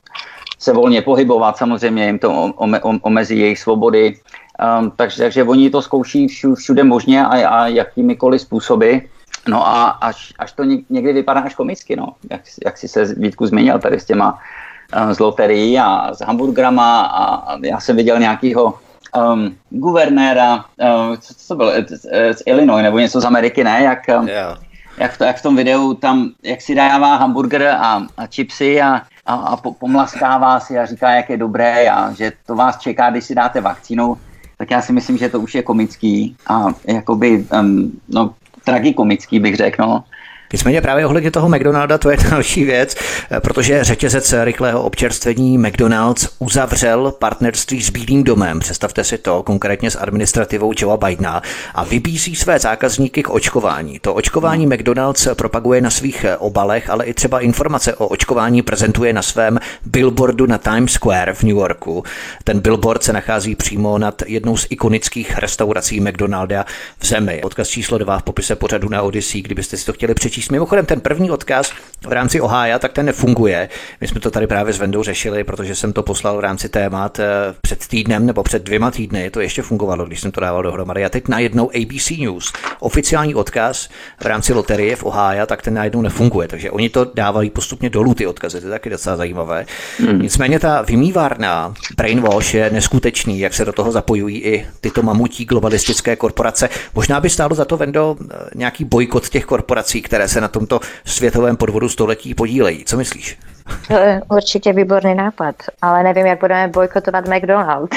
se volně pohybovat, samozřejmě jim to ome, omezí jejich svobody. Um, takže, takže oni to zkouší všude, všude možně a, a jakýmikoliv způsoby. No a až, až to někdy vypadá až komicky, no. Jak, jak jsi se Vítku zmínil tady s těma z loterií a s hamburgrama a já jsem viděl nějakýho um, guvernéra, uh, co, co to bylo, z, z Illinois nebo něco z Ameriky, ne? Jak, um, yeah. jak, to, jak v tom videu tam, jak si dává hamburger a, a chipsy a, a, a po, pomlaskává si a říká, jak je dobré a že to vás čeká, když si dáte vakcínu, tak já si myslím, že to už je komický a jakoby, um, no, tragikomický bych řekl, no. Nicméně právě ohledně toho McDonalda to je další věc, protože řetězec rychlého občerstvení McDonald's uzavřel partnerství s Bílým domem, představte si to, konkrétně s administrativou Joea Bidena a vybízí své zákazníky k očkování. To očkování McDonald's propaguje na svých obalech, ale i třeba informace o očkování prezentuje na svém billboardu na Times Square v New Yorku. Ten billboard se nachází přímo nad jednou z ikonických restaurací McDonalda v zemi. Odkaz číslo dva v popise pořadu na Odyssey, kdybyste si to chtěli přečíst. Mimochodem ten první odkaz v rámci Ohája, tak ten nefunguje. My jsme to tady právě s Vendou řešili, protože jsem to poslal v rámci témat před týdnem nebo před dvěma týdny. To ještě fungovalo, když jsem to dával dohromady. A teď najednou A B C News, oficiální odkaz v rámci loterie v Ohája, tak ten najednou nefunguje. Takže oni to dávají postupně dolů ty odkazy, to je taky docela zajímavé. Hmm. Nicméně ta vymývárna brainwash je neskutečný, jak se do toho zapojují i tyto mamutí globalistické korporace. Možná by stálo za to, Vendo, nějaký bojkot těch korporací, které se na tomto světovém podvodu století podílejí. Co myslíš? To je určitě výborný nápad, ale nevím, jak budeme bojkotovat McDonald's.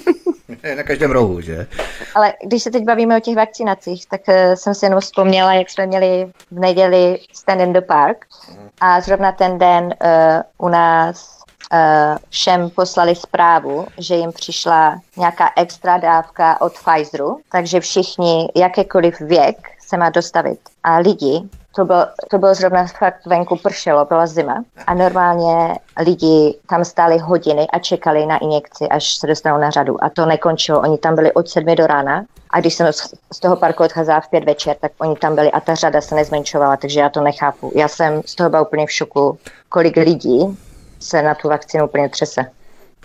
Na každém rohu, že? Ale když se teď bavíme o těch vakcinacích, tak uh, jsem si jenom vzpomněla, jak jsme měli v neděli Stand in the Park a zrovna ten den uh, u nás uh, všem poslali zprávu, že jim přišla nějaká extra dávka od Pfizeru, takže všichni, jakýkoliv věk, se má dostavit. A lidi, to bylo, to bylo zrovna fakt venku pršelo, byla zima a normálně lidi tam stáli hodiny a čekali na injekci, až se dostanou na řadu. A to nekončilo, oni tam byli od sedmi do rána a když jsem z toho parku odcházela v pět večer, tak oni tam byli a ta řada se nezmenšovala, takže já to nechápu. Já jsem z toho byla úplně v šoku, kolik lidí se na tu vakcínu úplně třese.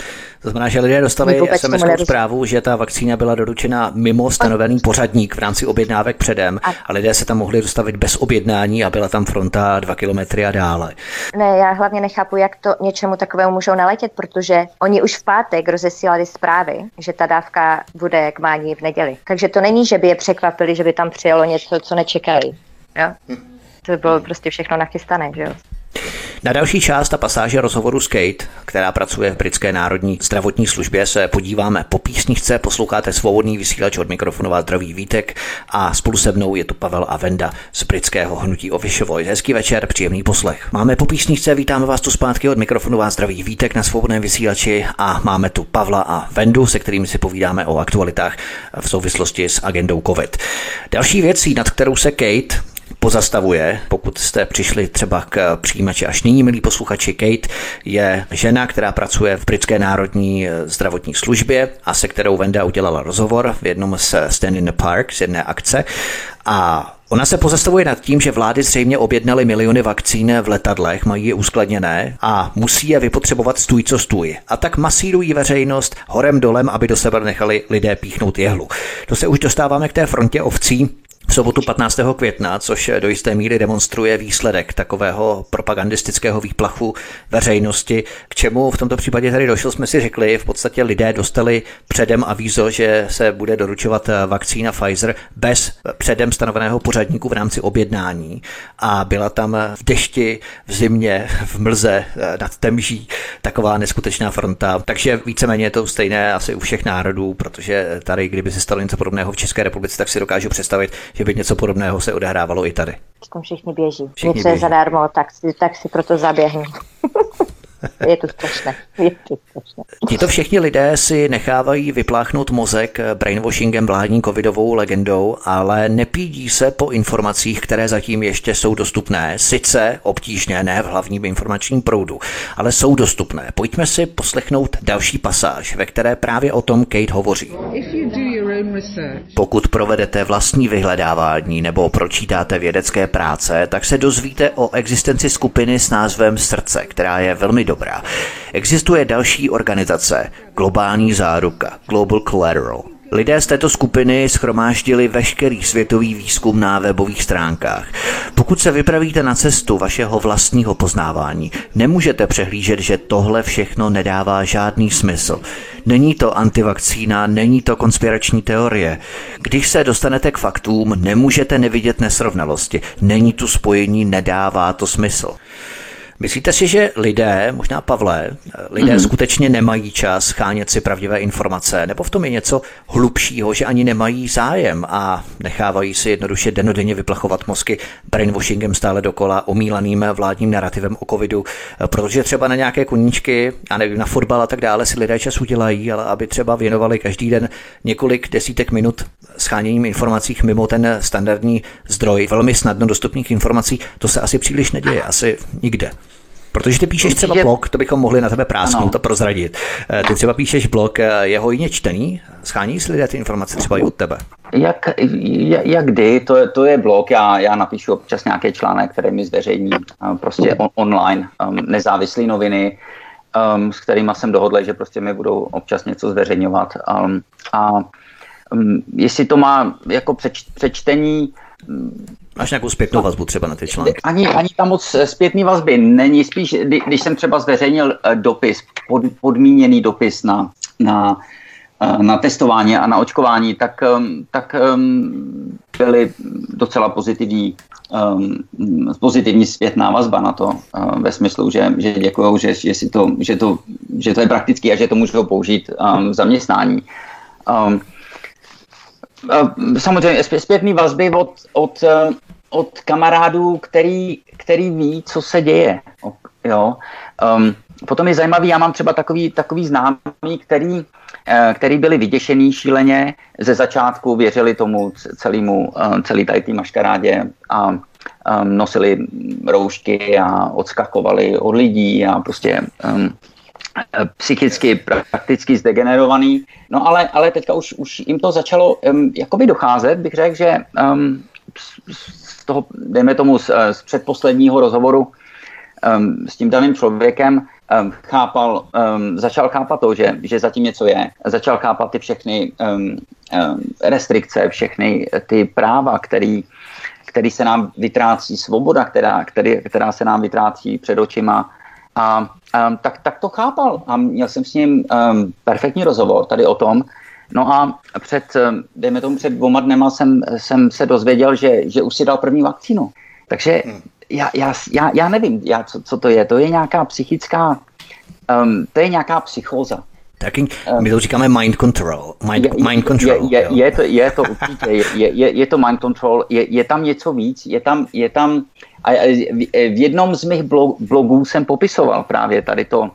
To znamená, že lidé dostali es em eskou zprávu, že ta vakcína byla doručena mimo stanovený pořadník v rámci objednávek předem a lidé se tam mohli dostavit bez objednání a byla tam fronta dva kilometry a dále. Ne, já hlavně nechápu, jak to něčemu takovému můžou naletět, protože oni už v pátek rozesílali zprávy, že ta dávka bude k mání v neděli. Takže to není, že by je překvapili, že by tam přijelo něco, co nečekali. Jo? To by bylo prostě všechno nachystané, že jo? Na další část a pasáže rozhovoru s Kate, která pracuje v britské národní zdravotní službě, se podíváme po písničce, posloucháte Svobodný vysílač, od mikrofonu vás zdraví Vítek a spolu se mnou je tu Pavel a Venda z britského hnutí Official Voice. Hezký večer, příjemný poslech. Máme po písničce, vítáme vás tu zpátky, od mikrofonu vás zdraví Vítek na Svobodném vysílači a máme tu Pavla a Vendu, se kterými si povídáme o aktualitách v souvislosti s agendou COVID. Další věcí, nad kterou se Kate pozastavuje, pokud jste přišli třeba k přijímači až nyní, milí posluchači, Kate je žena, která pracuje v britské národní zdravotní službě a se kterou Venda udělala rozhovor v jednom z Stand in the Park, z jedné akce, a ona se pozastavuje nad tím, že vlády zřejmě objednaly miliony vakcín v letadlech, mají je uskladněné a musí je vypotřebovat stůj co stůj. A tak masírují veřejnost horem dolem, aby do sebe nechali lidé píchnout jehlu. To se už dostáváme k té frontě ovcí v sobotu patnáctého května, což do jisté míry demonstruje výsledek takového propagandistického výplachu veřejnosti. K čemu v tomto případě tady došlo, jsme si řekli, v podstatě lidé dostali předem avízo, že se bude doručovat vakcína Pfizer bez předem stanoveného pořadníku v rámci objednání a byla tam v dešti, v zimě, v mlze nad Temží taková neskutečná fronta. Takže víceméně je to stejné asi u všech národů, protože tady, kdyby se stalo něco podobného v České republice, tak si dokážu představit, že by něco podobného se odehrávalo i tady. Tam všichni běží. Všichni něco běží. Je zadarmo, tak si, tak si proto zaběhnu. Je to strašné. Je to strašné. Tito všichni lidé si nechávají vypláchnout mozek brainwashingem vládní covidovou legendou, ale nepídí se po informacích, které zatím ještě jsou dostupné. Sice obtížně, ne v hlavním informačním proudu, ale jsou dostupné. Pojďme si poslechnout další pasáž, ve které právě o tom Kate hovoří. Pokud provedete vlastní vyhledávání nebo pročítáte vědecké práce, tak se dozvíte o existenci skupiny s názvem Srdce, která je velmi dobrá. Existuje další organizace, Globální záruka, Global Collateral. Lidé z této skupiny shromáždili veškerý světový výzkum na webových stránkách. Pokud se vypravíte na cestu vašeho vlastního poznávání, nemůžete přehlížet, že tohle všechno nedává žádný smysl. Není to antivakcína, není to konspirační teorie. Když se dostanete k faktům, nemůžete nevidět nesrovnalosti. Není tu spojení, nedává to smysl. Myslíte si, že lidé, možná Pavle, lidé mm-hmm. skutečně nemají čas chánět si pravdivé informace, nebo v tom je něco hlubšího, že ani nemají zájem a nechávají si jednoduše dennodenně vyplachovat mozky brainwashingem stále dokola, omílaným vládním narrativem o covidu, protože třeba na nějaké koníčky, já nevím, na fotbal a tak dále si lidé čas udělají, ale aby třeba věnovali každý den několik desítek minut scháněním informací mimo ten standardní zdroj velmi snadno dostupných informací, to se asi příliš neděje, asi nikde. Protože ty píšeš třeba blog, to bychom mohli na tebe prásknout a prozradit. Ty třeba píšeš blog, je hojně čtený? Schání si lidé ty informace třeba i od tebe? Jak, jak kdy, to je, to je blog, já, já napíšu občas nějaký článek, který mi zveřejní prostě on, online, um, nezávislé noviny, um, s kterými jsem dohodl, že prostě mi budou občas něco zveřejňovat. Um, a um, jestli to má jako přeč, přečtení, máš nějakou zpětnou vazbu třeba na ty články? Ani, ani tam moc zpětný vazby není. Spíš, kdy, když jsem třeba zveřejnil dopis, pod, podmíněný dopis na, na, na testování a na očkování, tak, tak um, byly docela pozitivní, um, pozitivní zpětná vazba na to, um, ve smyslu, že, že děkujou, že, že, si to, že, to, že to je praktický a že to můžou použít um, v zaměstnání. Um, Samozřejmě zpětný vazby od, od, od kamarádů, který, který ví, co se děje. Jo. Um, potom je zajímavý, já mám třeba takový, takový známý, který, který byli vyděšený šíleně ze začátku, věřili tomu celému, celý tady té maškarádě a um, nosili roušky a odskakovali od lidí a prostě um, psychicky prakticky zdegenerovaný. No ale, ale teďka už, už jim to začalo um, jakoby docházet, bych řekl, že um, z, z toho, dejme tomu z, z předposledního rozhovoru um, s tím daným člověkem um, chápal, um, začal chápat to, že, že zatím něco je. Začal chápat ty všechny um, um, restrikce, všechny ty práva, který, který se nám vytrácí, svoboda, která, který, která se nám vytrácí před očima. A um, tak, tak to chápal. A měl jsem s ním um, perfektní rozhovor tady o tom. No a před, dejme tomu před dvoma dnema jsem, jsem se dozvěděl, že, že už si dal první vakcínu. Takže já, já, já, já nevím, já, co, co to je. To je nějaká psychická, um, to je nějaká psychóza. Taky my to říkáme mind control. Mind, je, mind control. Je, je, je, to, je to určitě, je, je, je to mind control, je, je tam něco víc, je tam, je tam a v jednom z mých blogů jsem popisoval právě tady to uh,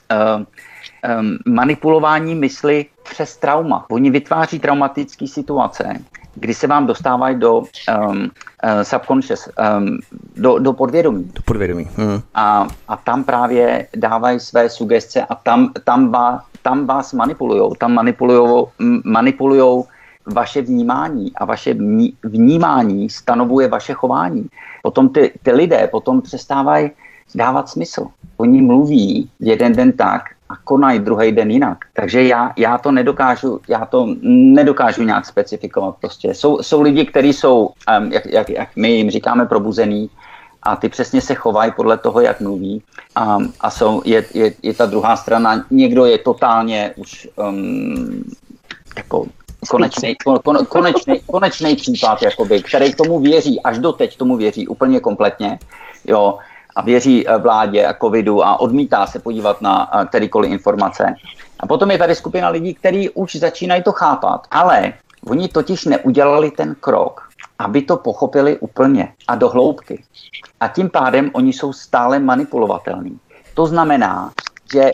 um, manipulování mysli přes trauma. Oni vytváří traumatické situace, kdy se vám dostávají do um, uh, subconscious, um, do, do podvědomí. Do podvědomí. Hmm. A, a tam právě dávají své sugestce a tam, tam, vás, tam vás manipulujou. Tam manipulujou, manipulujou vaše vnímání a vaše vnímání stanovuje vaše chování. Potom ty, ty lidé potom přestávají dávat smysl. Oni mluví jeden den tak a konají druhý den jinak. Takže já, já to nedokážu, já to nedokážu nějak specifikovat. Prostě. Jsou, jsou lidi, kteří jsou, um, jak, jak, jak my jim říkáme, probuzení a ty přesně se chovají podle toho, jak mluví. Um, a jsou, je, je, je ta druhá strana, někdo je totálně už um, jako konečný, kon, konečný, konečný případ, jakoby, který tomu věří, až doteď tomu věří úplně kompletně, jo, a věří vládě a covidu a odmítá se podívat na kterýkoliv informace. A potom je tady skupina lidí, kteří už začínají to chápat, ale oni totiž neudělali ten krok, aby to pochopili úplně a do hloubky. A tím pádem oni jsou stále manipulovatelní. To znamená, že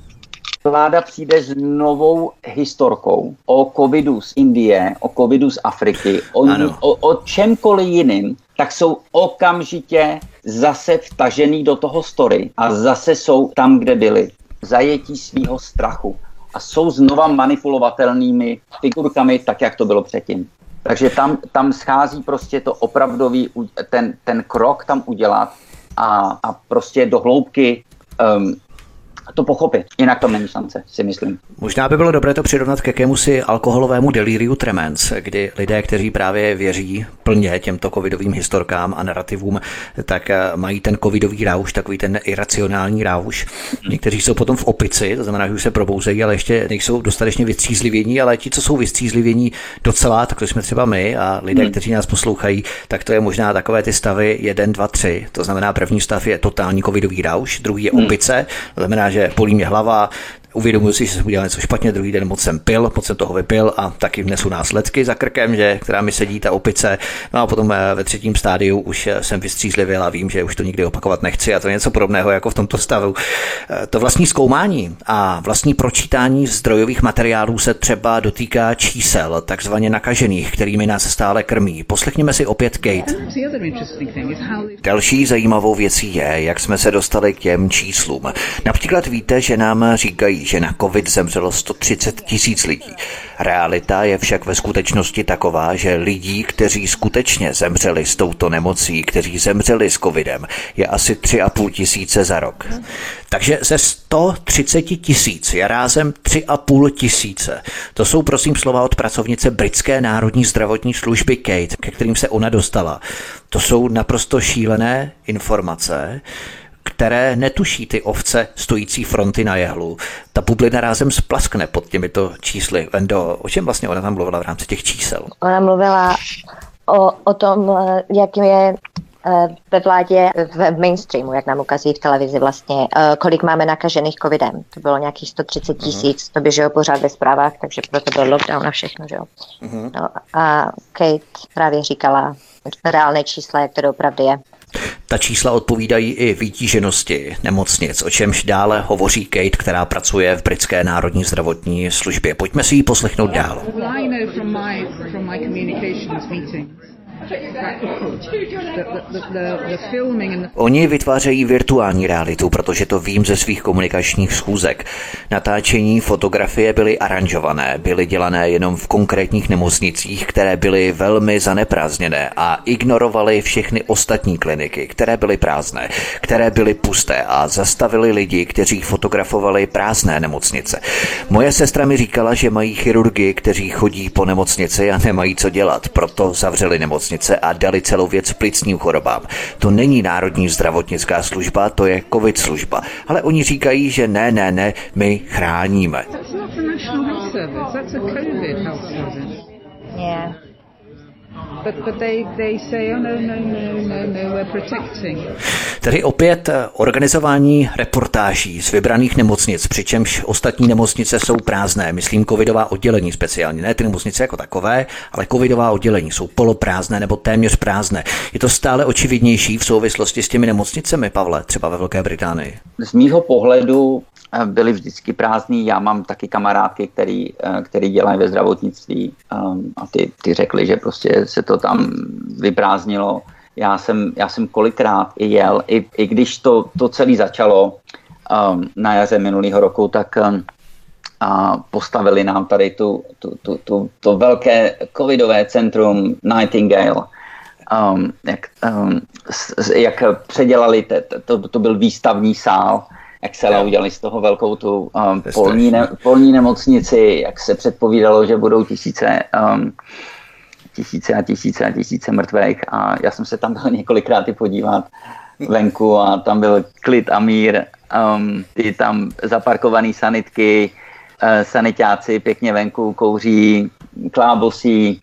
vláda přijde s novou historkou o covidu z Indie, o covidu z Afriky, o, o, o čemkoliv jiným, tak jsou okamžitě zase vtažený do toho story a zase jsou tam, kde byli. Zajetí svýho strachu a jsou znova manipulovatelnými figurkami, tak jak to bylo předtím. Takže tam, tam schází prostě to opravdový, ten, ten krok tam udělat a, a prostě do hloubky um, to pochopit. Jinak tam není šance, si myslím. Možná by bylo dobré to přirovnat k jakémusi alkoholovému deliriu tremens, kdy lidé, kteří právě věří plně těmto covidovým historkám a narrativům, tak mají ten covidový rauš, takový ten iracionální rauš. Někteří jsou potom v opici, to znamená, že už se probouzejí, ale ještě nejsou dostatečně vystřízlivění, ale ti, co jsou vystřízlivění docela, tak to jsme třeba my a lidé, hmm. kteří nás poslouchají, tak to je možná takové ty stavy jedna, dva, tři. To znamená, první stav je totální covidový rauš, druhý je opice, to znamená, že bolí mě hlava, uvědomuji si, že jsem udělal něco špatně, druhý den moc jsem pil, moc jsem toho vypil a taky vnesu následky za krkem, že, která mi sedí ta opice. No a potom ve třetím stádiu už jsem vystřízlivěl a vím, že už to nikdy opakovat nechci a to je něco podobného jako v tomto stavu. To vlastní zkoumání a vlastní pročítání zdrojových materiálů se třeba dotýká čísel, takzvaně nakažených, kterými nás stále krmí. Poslechněme si opět Kate. Další zajímavou věcí je, jak jsme se dostali k těm číslům. Například víte, že nám říkají, že na covid zemřelo sto třicet tisíc lidí. Realita je však ve skutečnosti taková, že lidí, kteří skutečně zemřeli s touto nemocí, kteří zemřeli s covidem, je asi tři a půl tisíce za rok. Takže ze sto třicet tisíc je rázem tři a půl tisíce. To jsou prosím slova od pracovnice britské národní zdravotní služby Kate, ke kterým se ona dostala. To jsou naprosto šílené informace, které netuší ty ovce stojící fronty na jehlu. Ta bublina rázem splaskne pod těmito čísly. Vendo, o čem vlastně ona tam mluvila v rámci těch čísel? Ona mluvila o, o tom, jakým je ve vládě, v mainstreamu, jak nám ukazují v televizi vlastně, kolik máme nakažených covidem. To bylo nějakých sto třicet tisíc, uh-huh. to běželo pořád ve zprávách, takže proto byl lockdown a všechno, že jo. Uh-huh. No, a Kate právě říkala reálné čísla, jak to doopravdy je. Ta čísla odpovídají i vytíženosti nemocnic, o čemž dále hovoří Kate, která pracuje v britské národní zdravotní službě. Pojďme si ji poslechnout dál. Oni vytvářejí virtuální realitu, protože to vím ze svých komunikačních schůzek. Natáčení, fotografie byly aranžované, byly dělané jenom v konkrétních nemocnicích, které byly velmi zaneprázdněné a ignorovaly všechny ostatní kliniky, které byly prázdné, které byly pusté a zastavili lidi, kteří fotografovali prázdné nemocnice. Moje sestra mi říkala, že mají chirurgy, kteří chodí po nemocnici a nemají co dělat, proto zavřeli nemocnice a dali celou věc plicním chorobám. To není národní zdravotnická služba, to je covid služba. Ale oni říkají, že ne, ne, ne, my chráníme. Yeah. But, but they, they say, oh no, no, no, no, no, we're protecting. Tedy opět organizování reportáží z vybraných nemocnic, přičemž ostatní nemocnice jsou prázdné, myslím covidová oddělení speciálně, ne ty nemocnice jako takové, ale covidová oddělení jsou poloprázdné nebo téměř prázdné. Je to stále očividnější v souvislosti s těmi nemocnicemi, Pavle, třeba ve Velké Británii? Z mýho pohledu byly vždycky prázdný. Já mám taky kamarádky, který, který dělají ve zdravotnictví um, a ty, ty řekli, že prostě se to tam vyprázdnilo. Já jsem, já jsem kolikrát i jel, i, i když to, to celé začalo um, na jaře minulého roku, tak um, a postavili nám tady tu, tu, tu, tu, to velké covidové centrum Nightingale. Um, jak, um, s, jak předělali, te, to, to byl výstavní sál, jak se udělali z toho velkou tu um, polní, ne, polní nemocnici, jak se předpovídalo, že budou tisíce, um, tisíce a tisíce a tisíce mrtvých. A já jsem se tam byl několikrát i podívat venku a tam byl klid a mír. Um, ty tam zaparkovaný sanitky, uh, sanitáci pěkně venku kouří, klábosí.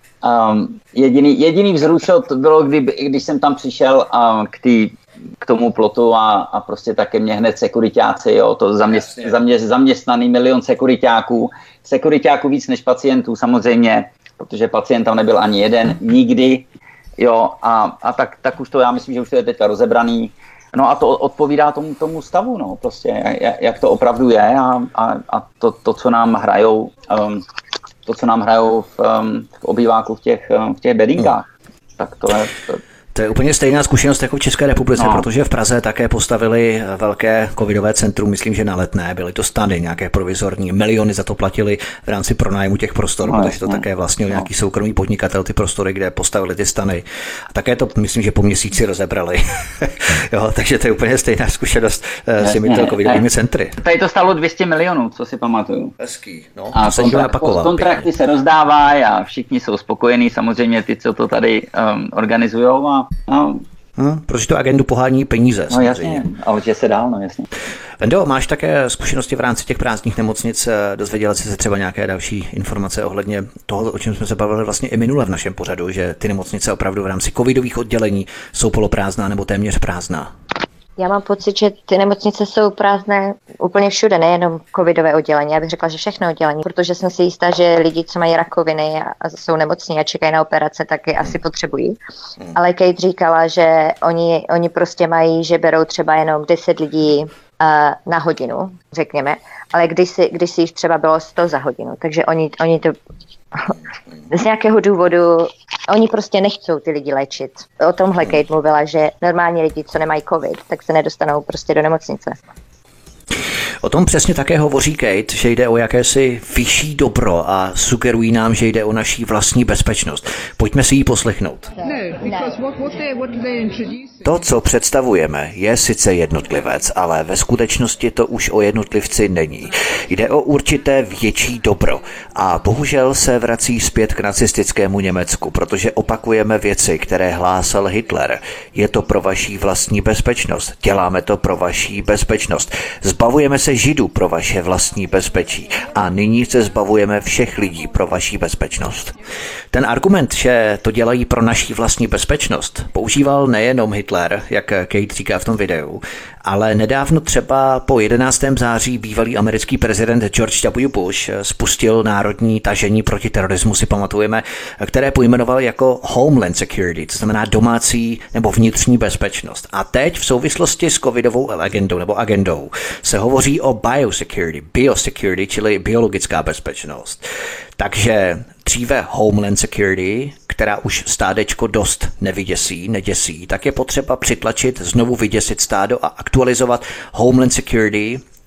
Um, jediný, jediný vzrušot bylo, kdy, když jsem tam přišel um, k tý, k tomu plotu a, a prostě také mě hned sekuritáci, jo, to zaměst, zaměst, zaměstnaný milion sekuritáků, sekuritáků víc než pacientů samozřejmě, protože pacient tam nebyl ani jeden, nikdy, jo, a, a tak, tak už to, já myslím, že už to je teďka rozebraný, no a to odpovídá tomu, tomu stavu, no, prostě, jak, jak to opravdu je a, a, a to, to, co nám hrajou, um, to, co nám hrajou v, um, v obýváku v těch, um, v těch bedinkách, hmm. tak to je... To, To je úplně stejná zkušenost jako v České republice, no. Protože v Praze také postavili velké covidové centrum, myslím, že na Letné, byly to stany nějaké provizorní, miliony za to platili v rámci pronájmu těch prostor, no, protože to no. také vlastně no. nějaký soukromý podnikatel ty prostory, kde postavili ty stany. A také to, myslím, že po měsíci rozebrali. Jo, takže to je úplně stejná zkušenost ne, s těmito covidovými centry. Tady to stalo dvě stě milionů, co si pamatuju. Hezký, no. A kontrakt, kontrakty se rozdávají a všichni jsou spokojení, samozřejmě ty, co to tady um, organizujou a no. Hmm, protože to agendu pohání peníze. No jasně, ale že se dál, no jasně. Vendo, máš také zkušenosti v rámci těch prázdných nemocnic, dozvěděla jsi se třeba nějaké další informace ohledně toho, o čem jsme se bavili vlastně i minule v našem pořadu, že ty nemocnice opravdu v rámci covidových oddělení jsou poloprázdná nebo téměř prázdná? Já mám pocit, že ty nemocnice jsou prázdné úplně všude, nejenom covidové oddělení. Já bych řekla, že všechno oddělení, protože jsem si jistá, že lidi, co mají rakoviny a jsou nemocní a čekají na operace, tak je asi potřebují. Hmm. Ale Kate říkala, že oni, oni prostě mají, že berou třeba jenom deset lidí uh, na hodinu, řekněme, ale když si, když si jich třeba bylo sto za hodinu, takže oni, oni to z nějakého důvodu, oni prostě nechcou ty lidi léčit. O tomhle Kate mluvila, že normální lidi, co nemají covid, tak se nedostanou prostě do nemocnice. O tom přesně také hovoří Kate, že jde o jakési vyšší dobro a sugerují nám, že jde o naší vlastní bezpečnost. Pojďme si ji poslechnout. To, co představujeme, je sice jednotlivec, ale ve skutečnosti to už o jednotlivci není. Jde o určité větší dobro a bohužel se vrací zpět k nacistickému Německu, protože opakujeme věci, které hlásal Hitler. Je to pro vaší vlastní bezpečnost. Děláme to pro vaší bezpečnost. Zbavujeme se Židů pro vaše vlastní bezpečí a nyní se zbavujeme všech lidí pro vaši bezpečnost. Ten argument, že to dělají pro naši vlastní bezpečnost, používal nejenom Hitler, jak Kate říká v tom videu, ale nedávno třeba po jedenáctého září bývalý americký prezident George W. Bush spustil národní tažení proti terorismu, si pamatujeme, které pojmenoval jako Homeland Security, to znamená domácí nebo vnitřní bezpečnost. A teď v souvislosti s covidovou agendou nebo agendou se hovoří o biosecurity, biosecurity, čili biologická bezpečnost. Takže dříve Homeland Security, která už stádečko dost nevyděsí, neděsí, tak je potřeba přitlačit, znovu vyděsit stádo a aktualizovat Homeland Security,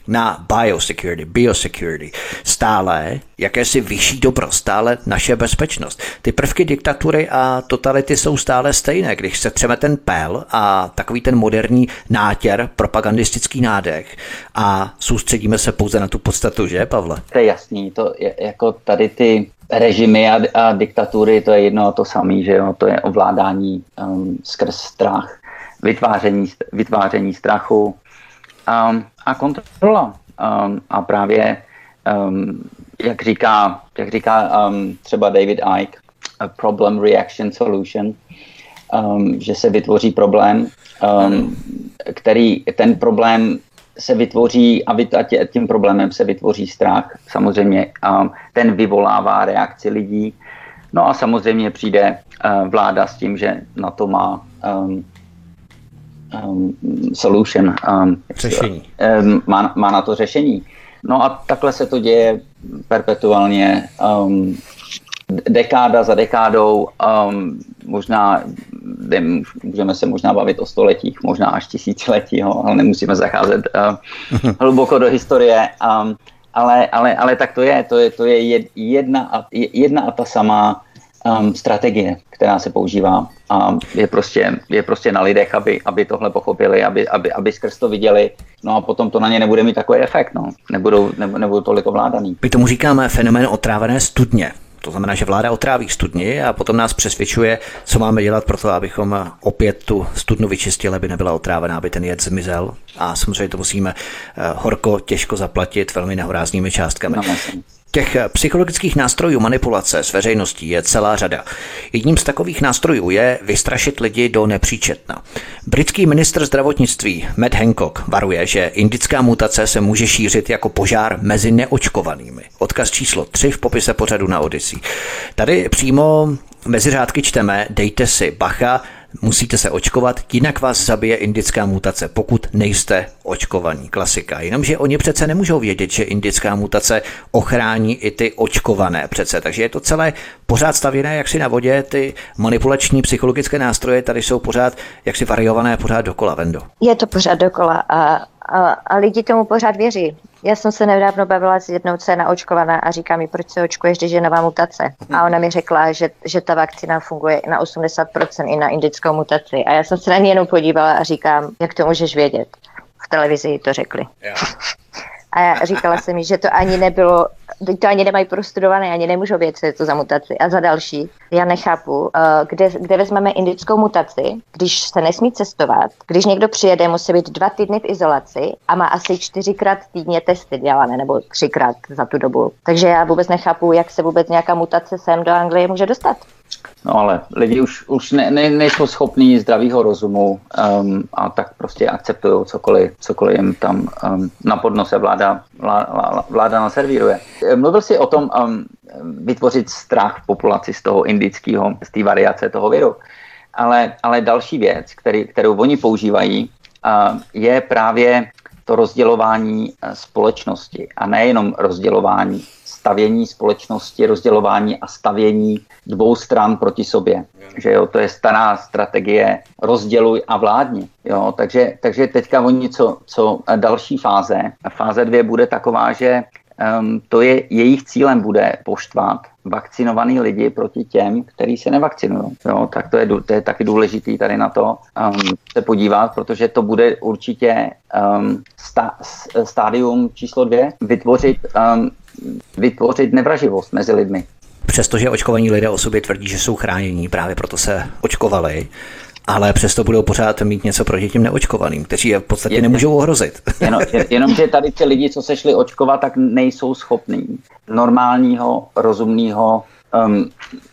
na biosecurity, biosecurity, stále jakési vyšší dobro, stále naše bezpečnost. Ty prvky diktatury a totality jsou stále stejné. Když se třeme ten pel a takový ten moderní nátěr, propagandistický nádech a soustředíme se pouze na tu podstatu, že, Pavle? To je jasný, to je, jako tady ty režimy a, a diktatury, to je jedno a to samé, že jo, to je ovládání um, skrz strach, vytváření, vytváření strachu um, a kontrola. Um, a právě, um, jak říká, jak říká um, třeba David Icke, a problem, reaction, solution, um, že se vytvoří problém, um, který ten problém se vytvoří a, vy, a tě, tím problémem se vytvoří strach. Samozřejmě um, ten vyvolává reakci lidí. No a samozřejmě přijde uh, vláda s tím, že na to má um, um, solution. Um, řešení. Um, má, má na to řešení. No a takhle se to děje perpetuálně. Um, dekáda za dekádou, um, možná můžeme se možná bavit o stoletích, možná až tisíciletí, jo, ale nemusíme zacházet uh, hluboko do historie, um, ale, ale, ale tak to je, to je, to je jedna, a, jedna a ta samá um, strategie, která se používá a je prostě, je prostě na lidech, aby, aby tohle pochopili, aby, aby, aby skrz to viděli, no a potom to na ně nebude mít takový efekt, no. nebudou, nebudou tolik ovládaný. My tomu říkáme fenomén otrávené studně. To znamená, že vláda otráví studni a potom nás přesvědčuje, co máme dělat pro to, abychom opět tu studnu vyčistili, aby nebyla otrávená, aby ten jed zmizel. A samozřejmě to musíme horko, těžko zaplatit velmi nehoráznými částkami. No, Těch psychologických nástrojů manipulace s veřejností je celá řada. Jedním z takových nástrojů je vystrašit lidi do nepříčetna. Britský ministr zdravotnictví Matt Hancock varuje, že indická mutace se může šířit jako požár mezi neočkovanými. Odkaz číslo tři v popise pořadu na Odyssey. Tady přímo mezi řádky čteme: dejte si bacha, musíte se očkovat, jinak vás zabije indická mutace, pokud nejste očkovaní. Klasika. Jenomže oni přece nemůžou vědět, že indická mutace ochrání i ty očkované přece. Takže je to celé pořád stavěné jaksi na vodě. Ty manipulační psychologické nástroje tady jsou pořád jaksi variované pořád dokola, Vendo. Je to pořád dokola a, a, a lidi tomu pořád věří. Já jsem se nedávno bavila s jednou, co je naočkovaná a říká mi, proč se očkuješ, když je nová mutace. A ona mi řekla, že, že ta vakcína funguje na osmdesát procent i na indickou mutaci. A já jsem se na ní jenom podívala a říkám, jak to můžeš vědět. V televizi to řekli. Yeah. A já říkala jsem mi, že to ani nebylo, to ani nemají prostudované, ani nemůžou vědět, co je to za mutaci. A za další, já nechápu, kde, kde vezmeme indickou mutaci, když se nesmí cestovat, když někdo přijede, musí být dva týdny v izolaci a má asi čtyřikrát týdně testy dělané, nebo třikrát za tu dobu. Takže já vůbec nechápu, jak se vůbec nějaká mutace sem do Anglie může dostat. No ale lidi už, už ne, ne, nejsou schopní zdravýho rozumu um, a tak prostě akceptují cokoliv, cokoliv jim tam um, na podnose vláda, vláda, vláda naservíruje. Mluvil jsi o tom um, vytvořit strach v populaci z toho indického, z té variace toho viru. Ale, ale další věc, který, kterou oni používají, uh, je právě to rozdělování společnosti a nejenom rozdělování, stavění společnosti, rozdělování a stavění dvou stran proti sobě. Že jo, to je stará strategie rozděluj a vládni. Jo, takže, takže teďka oni, co, co další fáze, fáze dvě bude taková, že um, to je, jejich cílem bude poštvat vakcinovaný lidi proti těm, kteří se nevakcinují. Jo, tak to je, to je taky důležitý tady na to um, se podívat, protože to bude určitě um, sta, stádium číslo dvě, vytvořit, um, vytvořit nevraživost mezi lidmi. Přestože očkovaní lidé o sobě tvrdí, že jsou chránění, právě proto se očkovali, ale přesto budou pořád mít něco proti těm neočkovaným, kteří je v podstatě je, nemůžou ohrozit. Jenom, jenomže tady ty lidi, co se šli očkovat, tak nejsou schopní normálního, rozumného um,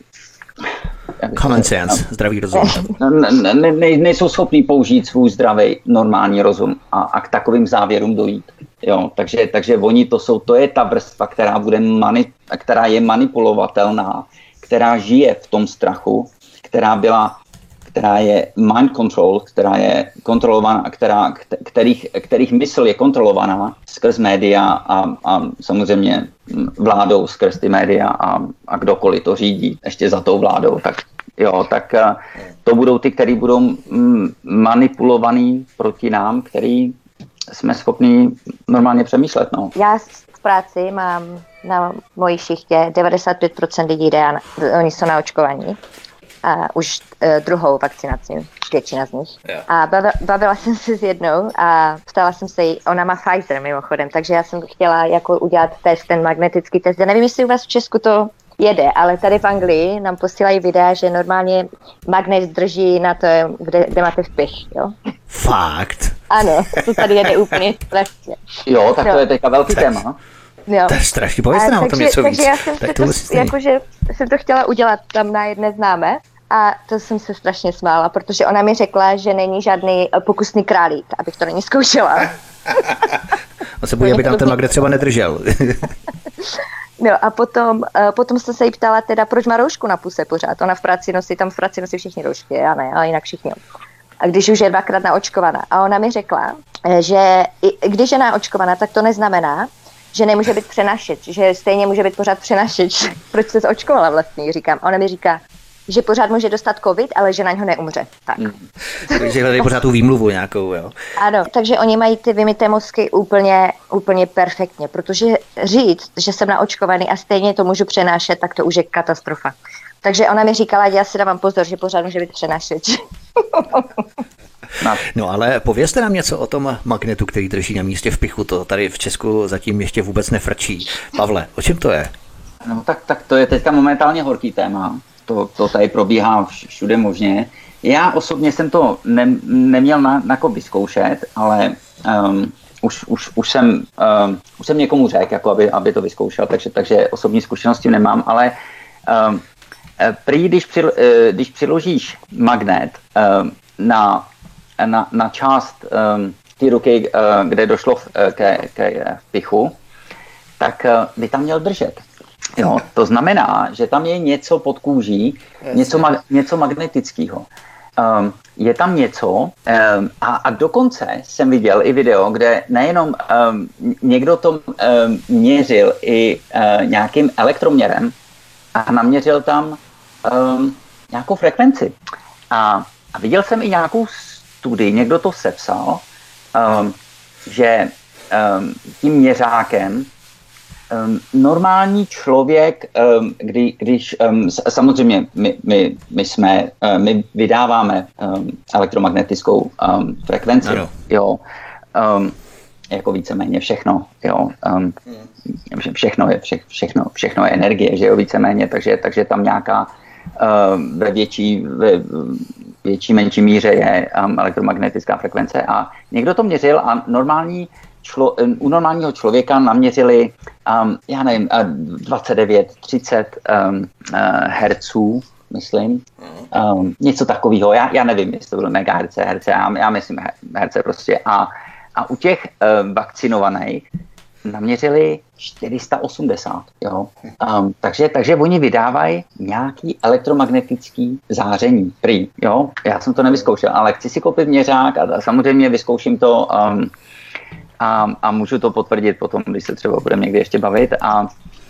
common sense, no, zdravý rozum. Ne, ne, ne, nejsou schopní použít svůj zdravý, normální rozum a, a k takovým závěrům dojít. Jo, takže, takže oni to jsou, to je ta vrstva, která, bude mani, která je manipulovatelná, která žije v tom strachu, která byla, která je mind control, která je kontrolovaná, která, kterých, kterých mysl je kontrolovaná skrz média a, a samozřejmě vládou skrz ty média a, a kdokoliv to řídí ještě za tou vládou, tak jo, tak to budou ty, kteří budou manipulovaný proti nám, který jsme schopni normálně přemýšlet. No. Já v práci mám na mojí šichtě devadesát pět procent lidí jde, oni jsou na očkovaní. A už uh, druhou vakcinaci, většina z nich. Yeah. A bavila, bavila jsem se s jednou a ptala jsem se jí, ona má Pfizer mimochodem, takže já jsem chtěla jako udělat test, ten magnetický test. Já nevím, jestli u vás v Česku to jede, ale tady v Anglii nám posílají videa, že normálně magnet drží na to, kde, kde máte vpich, jo? Fakt? Ano, to tady jede úplně strašně. Jo, tak to no. je teďka velký tak. téma. Jo. To je strašně, povězte nám o tom něco víc. Takže já jsem, to, to, jakože, jsem to chtěla udělat tam na jedné známé a to jsem se strašně smála, protože ona mi řekla, že není žádný pokusný králík, abych to není zkoušela. On se bojí, aby tam ten magnet třeba nedržel. No a potom, potom jsem se jí ptala teda, proč má roušku na puse pořád. Ona v práci nosí, tam v práci nosí všichni roušky, já ne, ale jinak všichni. A když už je dvakrát naočkovaná. A ona mi řekla, že i když je naočkovaná, tak to neznamená, že nemůže být přenašeč, že stejně může být pořád přenašeč. Proč se to očkovala vlastně, říkám. A ona mi říká, že pořád může dostat covid, ale že na něho neumře. Tak. Takže hledají pořád tu výmluvu nějakou, jo. Ano, takže oni mají ty vymyté mozky úplně, úplně perfektně, protože říct, že jsem naočkovaný a stejně to můžu přenášet, tak to už je katastrofa. Takže ona mi říkala, já si dávám pozor, že pořád může být přenašeč. No ale povězte nám něco o tom magnetu, který drží na místě v pichu. To tady v Česku zatím ještě vůbec nefrčí. Pavle, o čem to je? No tak, tak to je teďka momentálně horký téma. To, to tady probíhá všude možně. Já osobně jsem to ne, neměl na, na ko vyzkoušet, ale um, už, už, už, jsem, um, už jsem někomu řekl, jako aby, aby to vyzkoušel, takže, takže osobní zkušenosti nemám, ale um, prý, když, přil, když přiložíš magnet um, na, na, na část um, té ruky, uh, kde došlo v, ke, ke pichu, tak uh, by tam měl držet. Jo, to znamená, že tam je něco pod kůží, něco, ma- něco magnetického. Um, je tam něco um, a, a dokonce jsem viděl i video, kde nejenom um, někdo to um, měřil i uh, nějakým elektroměrem a naměřil tam um, nějakou frekvenci. A, a viděl jsem i nějakou studii, někdo to sepsal, um, že um, tím měřákem Um, normální člověk, um, kdy, když um, samozřejmě my, my, my jsme, uh, my vydáváme um, elektromagnetickou um, frekvenci, ano. Jo, um, jako víceméně všechno, jo, um, všechno je, vše, všechno, všechno je energie, že jo, víceméně, takže, takže tam nějaká uh, ve větší, ve větší, menší míře je um, elektromagnetická frekvence a někdo to měřil a normální Člo, u normálního člověka naměřili, um, já nevím, dvacet devět, třicet um, uh, herců, myslím. Um, něco takového, já, já nevím, jestli to bylo megaherce, herce, já, já myslím herce prostě. A, a u těch uh, vakcinovaných naměřili čtyři sta osmdesát, jo. Um, takže, takže oni vydávají nějaký elektromagnetický záření, prý, jo. Já jsem to nevyzkoušel, ale chci si koupit měřák a, a samozřejmě vyzkouším to um, A, a můžu to potvrdit potom, když se třeba budeme někdy ještě bavit. A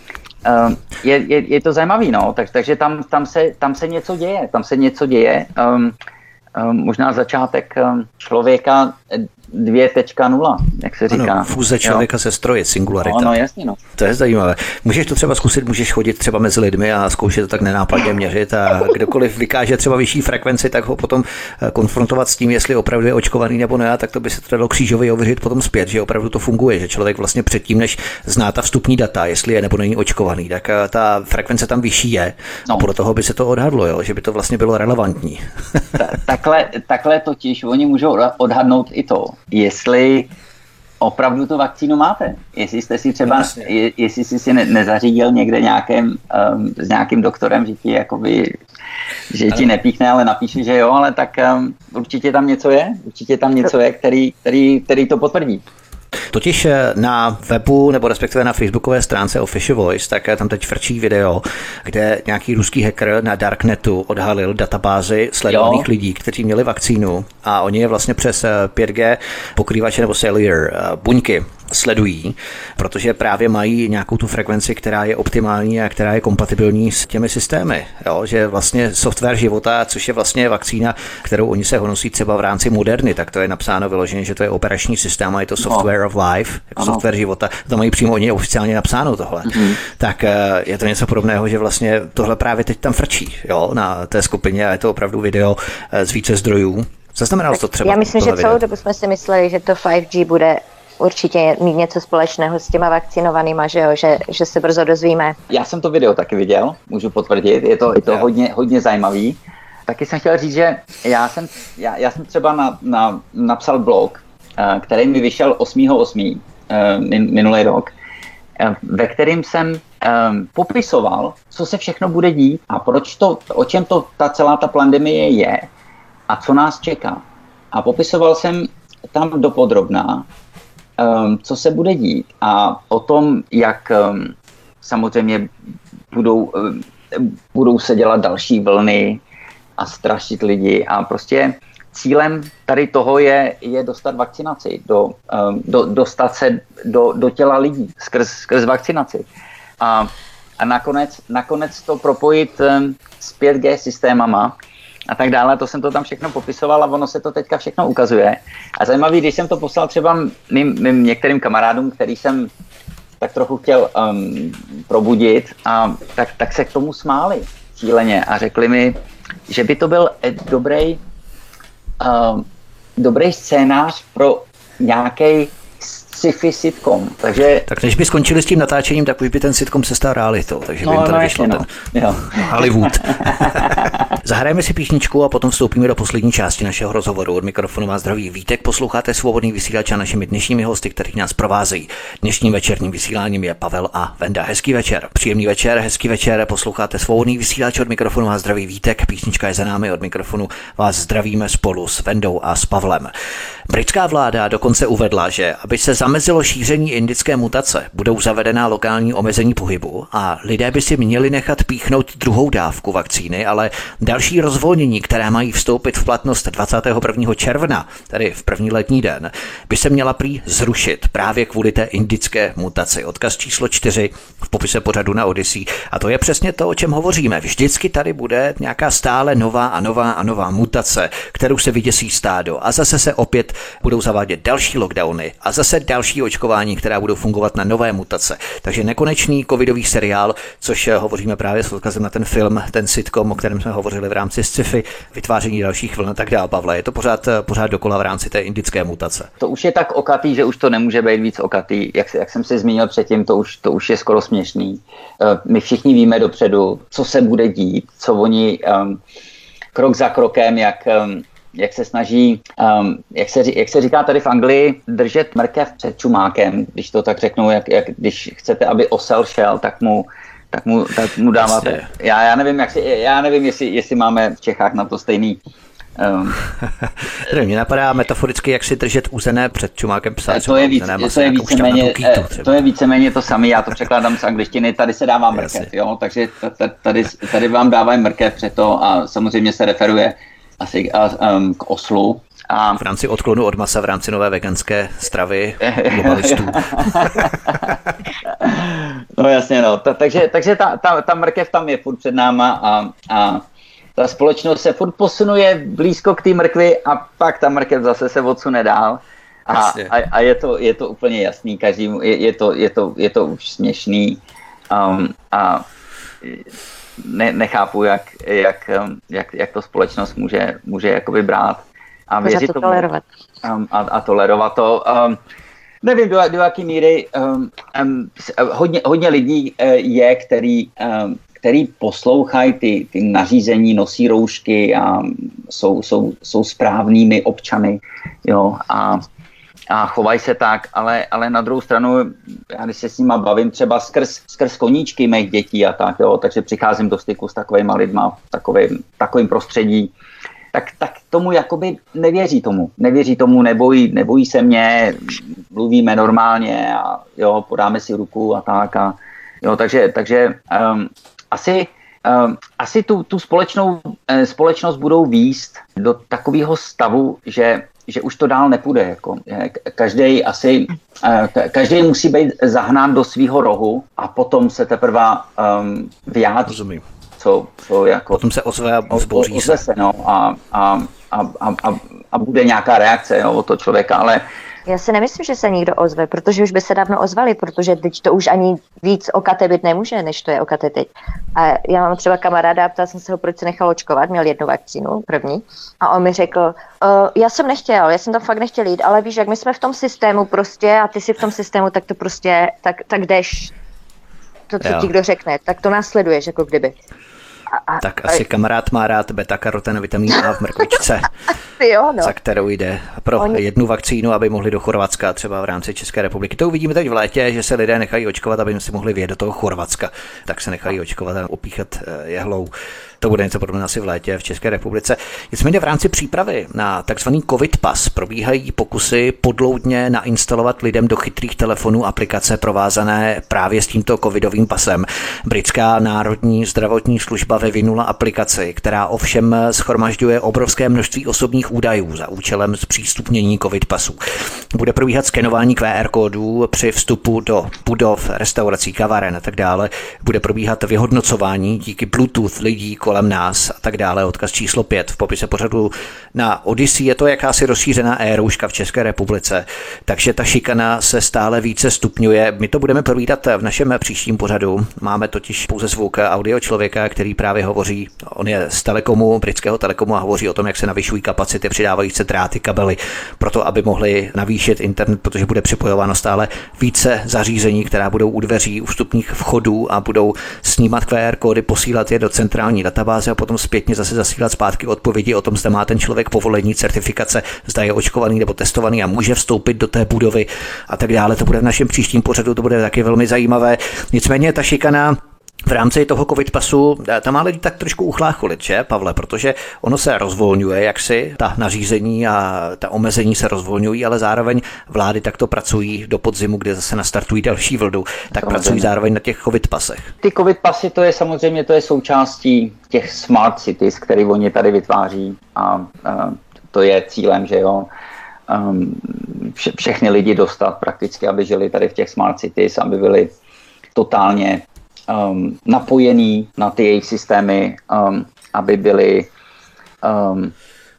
uh, je, je, je to zajímavý, no, tak, takže tam, tam, se, tam se něco děje, tam se něco děje. Um, um, možná začátek um, člověka dvě tečka nula, jak se říká. Ano, fúze člověka se stroje, singularita. No, no, jasně, no. To je zajímavé. Můžeš to třeba zkusit, můžeš chodit třeba mezi lidmi a zkoušet to tak nenápadně měřit a kdokoliv vykáže třeba vyšší frekvenci, tak ho potom konfrontovat s tím, jestli opravdu je očkovaný nebo ne, tak to by se to dalo křížově ověřit potom zpět, že opravdu to funguje, že člověk vlastně předtím, než zná ta vstupní data, jestli je nebo není očkovaný, tak ta frekvence tam vyšší je. No. A podle toho by se to odhadlo, jo, že by to vlastně bylo relevantní. takhle, takhle totiž oni můžou odhadnout i to, jestli opravdu tu vakcínu máte. Jestli jste si třeba, je, jestli jsi si ne, nezařídil někde nějakým, um, s nějakým doktorem, že ti, jakoby, že ti nepíchne, ale napíše, že jo, ale tak um, určitě tam něco je, určitě tam něco je, který, který, který to potvrdí. Totiž na webu nebo respektive na facebookové stránce Official Voice, tak tam teď frčí video, kde nějaký ruský hacker na Darknetu odhalil databázi sledovaných jo. lidí, kteří měli vakcínu a oni je vlastně přes pět G pokrývače nebo cellular buňky sledují, protože právě mají nějakou tu frekvenci, která je optimální a která je kompatibilní s těmi systémy. Jo? Že vlastně software života, což je vlastně vakcína, kterou oni se honosí třeba v rámci Moderny, tak to je napsáno vyloženě, že to je operační systém a je to software of life, jako software života. To mají přímo oni oficiálně napsáno tohle. Mm-hmm. Tak je to něco podobného, že vlastně tohle právě teď tam frčí, jo, na té skupině a je to opravdu video z více zdrojů. Zaznamenal to třeba? Já myslím, že celou video? dobu jsme si mysleli, že to pět G bude určitě mít něco společného s těma vakcinovanýma, že jo, že, že se brzo dozvíme. Já jsem to video taky viděl, můžu potvrdit, je to, je to hodně, hodně zajímavý. Taky jsem chtěl říct, že já jsem, já, já jsem třeba na, na, napsal blog, který mi vyšel osmého osmého min, minulý rok, ve kterým jsem um, popisoval, co se všechno bude dít a proč to, o čem to ta celá ta pandemie je a co nás čeká. A popisoval jsem tam dopodrobná, um, co se bude dít a o tom, jak um, samozřejmě budou, um, budou se dělat další vlny a strašit lidi a prostě cílem tady toho je, je dostat vakcinaci, do, um, do, dostat se do, do těla lidí skrz, skrz vakcinaci. A, a nakonec, nakonec to propojit um, s pět G systémama a tak dále. To jsem to tam všechno popisoval a ono se to teďka všechno ukazuje. A zajímavý, když jsem to poslal třeba mým, mým některým kamarádům, který jsem tak trochu chtěl um, probudit, a tak, tak se k tomu smáli cíleně a řekli mi, že by to byl dobrý Uh, dobrý scénář pro nějaký sci-fi sitcom. Takže... Tak než by skončili s tím natáčením, tak už by ten sitcom se stal realitou, takže no, by jim to no, nevyšlo no. ten Jo. Hollywood. Zahrajeme si písničku a potom vstoupíme do poslední části našeho rozhovoru. Od mikrofonu má zdraví Vítek, posloucháte Svobodný vysílač a našimi dnešními hosty, kteří nás provázejí. Dnešním večerním vysíláním je Pavel a Venda. Hezký večer. Příjemný večer, hezký večer. Posloucháte Svobodný vysílač, od mikrofonu má zdraví Vítek. Písnička je za námi, od mikrofonu vás zdravíme spolu s Vendou a s Pavlem. Britská vláda dokonce uvedla, že aby se zamezilo šíření indické mutace, budou zavedená lokální omezení pohybu a lidé by si měli nechat píchnout druhou dávku vakcíny, ale další rozvolnění, které mají vstoupit v platnost dvacátého prvního června, tedy v první letní den, by se měla prý zrušit právě kvůli té indické mutaci. Odkaz číslo čtyři v popise pořadu na Odyssey. A to je přesně to, o čem hovoříme. Vždycky tady bude nějaká stále nová a nová a nová mutace, kterou se vyděsí stádo a zase se opět budou zavádět další lockdowny a zase další očkování, která budou fungovat na nové mutace. Takže nekonečný covidový seriál, což hovoříme právě s odkazem na ten film, ten sitcom, o kterém jsme hovořili v rámci sci-fi, vytváření dalších vln a tak dále. Pavle, je to pořád, pořád dokola v rámci té indické mutace. To už je tak okatý, že už to nemůže být víc okatý. Jak, jak jsem si zmínil předtím, to už, to už je skoro směšný. My všichni víme dopředu, co se bude dít, co oni um, krok za krokem, jak um, jak se snaží, um, jak, se, jak se říká tady v Anglii, držet mrkev před čumákem, když to tak řeknu, jak, jak když chcete, aby osel šel, tak mu, tak mu, tak mu dáváte. Já, já nevím, jak si, já nevím jestli, jestli máme v Čechách na to stejný. Um, Mě napadá metaforicky, jak si držet uzené před čumákem psa. To je, víc, to, je víceméně, to je víceméně to samé, já to překládám z angličtiny, tady se dává mrkev, jo? Takže tady, tady vám dávají mrkev před to a samozřejmě se referuje asi um, k oslu. A... V rámci odklonu od masa, v rámci nové veganské stravy globalistů. No jasně, no. Ta, takže takže ta, ta, ta mrkev tam je furt před náma a, a ta společnost se furt posunuje blízko k té mrkvi a pak ta mrkev zase se odsune dál. A, a, a je, to, je to úplně jasný, každý, je, je, to, je, to, je to už směšný. Um, a Ne, nechápu, jak, jak, jak, jak to společnost může, může jakoby brát a věřit to tomu tolerovat. Um, a, a tolerovat to. Um, nevím, do, do jaké míry um, um, hodně, hodně lidí uh, je, který, um, který poslouchají ty, ty nařízení, nosí roušky a jsou, jsou, jsou správnými občany, jo, a a chovají se tak, ale, ale na druhou stranu, já když se s nima bavím třeba skrz, skrz koníčky mých dětí a tak, jo, takže přicházím do styku s takovýma lidma v takovým, takovým prostředí, tak, tak tomu jakoby nevěří tomu. Nevěří tomu, nebojí, nebojí se mě, mluvíme normálně a jo, podáme si ruku a tak. A, jo, takže takže um, asi, um, asi tu, tu společnou, eh, společnost budou vést do takového stavu, že že už to dál nepůjde. Jako. Každý asi, každý musí být zahnán do svého rohu a potom se teprve um, vyjádří. Rozumím. Co, co jako, potom se ozve a vzbouří se. se no, a, a, a, a, a bude nějaká reakce jo, od toho člověka, ale já si nemyslím, že se nikdo ozve, protože už by se dávno ozvali, protože teď to už ani víc okate být nemůže, než to je okate teď. A já mám třeba kamaráda, ptal jsem se ho, proč se nechal očkovat, měl jednu vakcínu, první, a on mi řekl, uh, já jsem nechtěl, já jsem tam fakt nechtěl jít, ale víš, jak my jsme v tom systému prostě a ty jsi v tom systému, tak to prostě, tak, tak jdeš, to, co jo. ti kdo řekne, tak to následuješ, jako kdyby. A, a, tak asi a... kamarád má rád beta-karoten, vitamin A v mrkvičce, jo, no. za kterou jde pro Oni... jednu vakcínu, aby mohli do Chorvatska třeba v rámci České republiky. To uvidíme teď v létě, že se lidé nechají očkovat, aby si mohli vyjet do toho Chorvatska, tak se nechají očkovat a opíchat jehlou. To bude něco podobného asi v létě v České republice. Nicméně v rámci přípravy na takzvaný COVID pas probíhají pokusy podloudně nainstalovat lidem do chytrých telefonů aplikace provázané právě s tímto covidovým pasem. Britská národní zdravotní služba vyvinula aplikaci, která ovšem shromažďuje obrovské množství osobních údajů za účelem zpřístupnění COVID pasů. Bude probíhat skenování Q R kódů při vstupu do budov, restaurací, kaváren a tak dále. Bude probíhat vyhodnocování díky Bluetooth lidí kolem nás a tak dále. Odkaz číslo pět v popise pořadu na Odyssey. Je to jakási rozšířená e-rouška v České republice, takže ta šikana se stále více stupňuje. My to budeme probírat v našem příštím pořadu. Máme totiž pouze zvuk audio člověka, který právě hovoří, on je z Telekomu, britského Telekomu a hovoří o tom, jak se navyšují kapacity, přidávají se dráty, kabely, proto aby mohli navýšit internet, protože bude připojováno stále více zařízení, která budou u dveří, u vstupních vchodů a budou snímat Q R kódy, posílat je do centrální databáze a potom zpětně zase zasílat zpátky odpovědi o tom, zda má ten člověk povolení, certifikace, zda je očkovaný nebo testovaný a může vstoupit do té budovy a tak dále. To bude v našem příštím pořadu, to bude taky velmi zajímavé. Nicméně ta šikana v rámci toho covid pasu, tam má lidi tak trošku uchlácholit, že, Pavle, protože ono se rozvolňuje, jaksi ta nařízení a ta omezení se rozvolňují, ale zároveň vlády takto pracují do podzimu, kde zase nastartují další vlnu, tak samozřejmě pracují zároveň na těch covid pasech. Ty covid pasy, to je samozřejmě, to je součástí těch smart cities, které oni tady vytváří a, a to je cílem, že jo, um, vše, všechny lidi dostat prakticky, aby žili tady v těch smart cities, aby byli totálně Um, napojený na ty jejich systémy, um, aby byli um,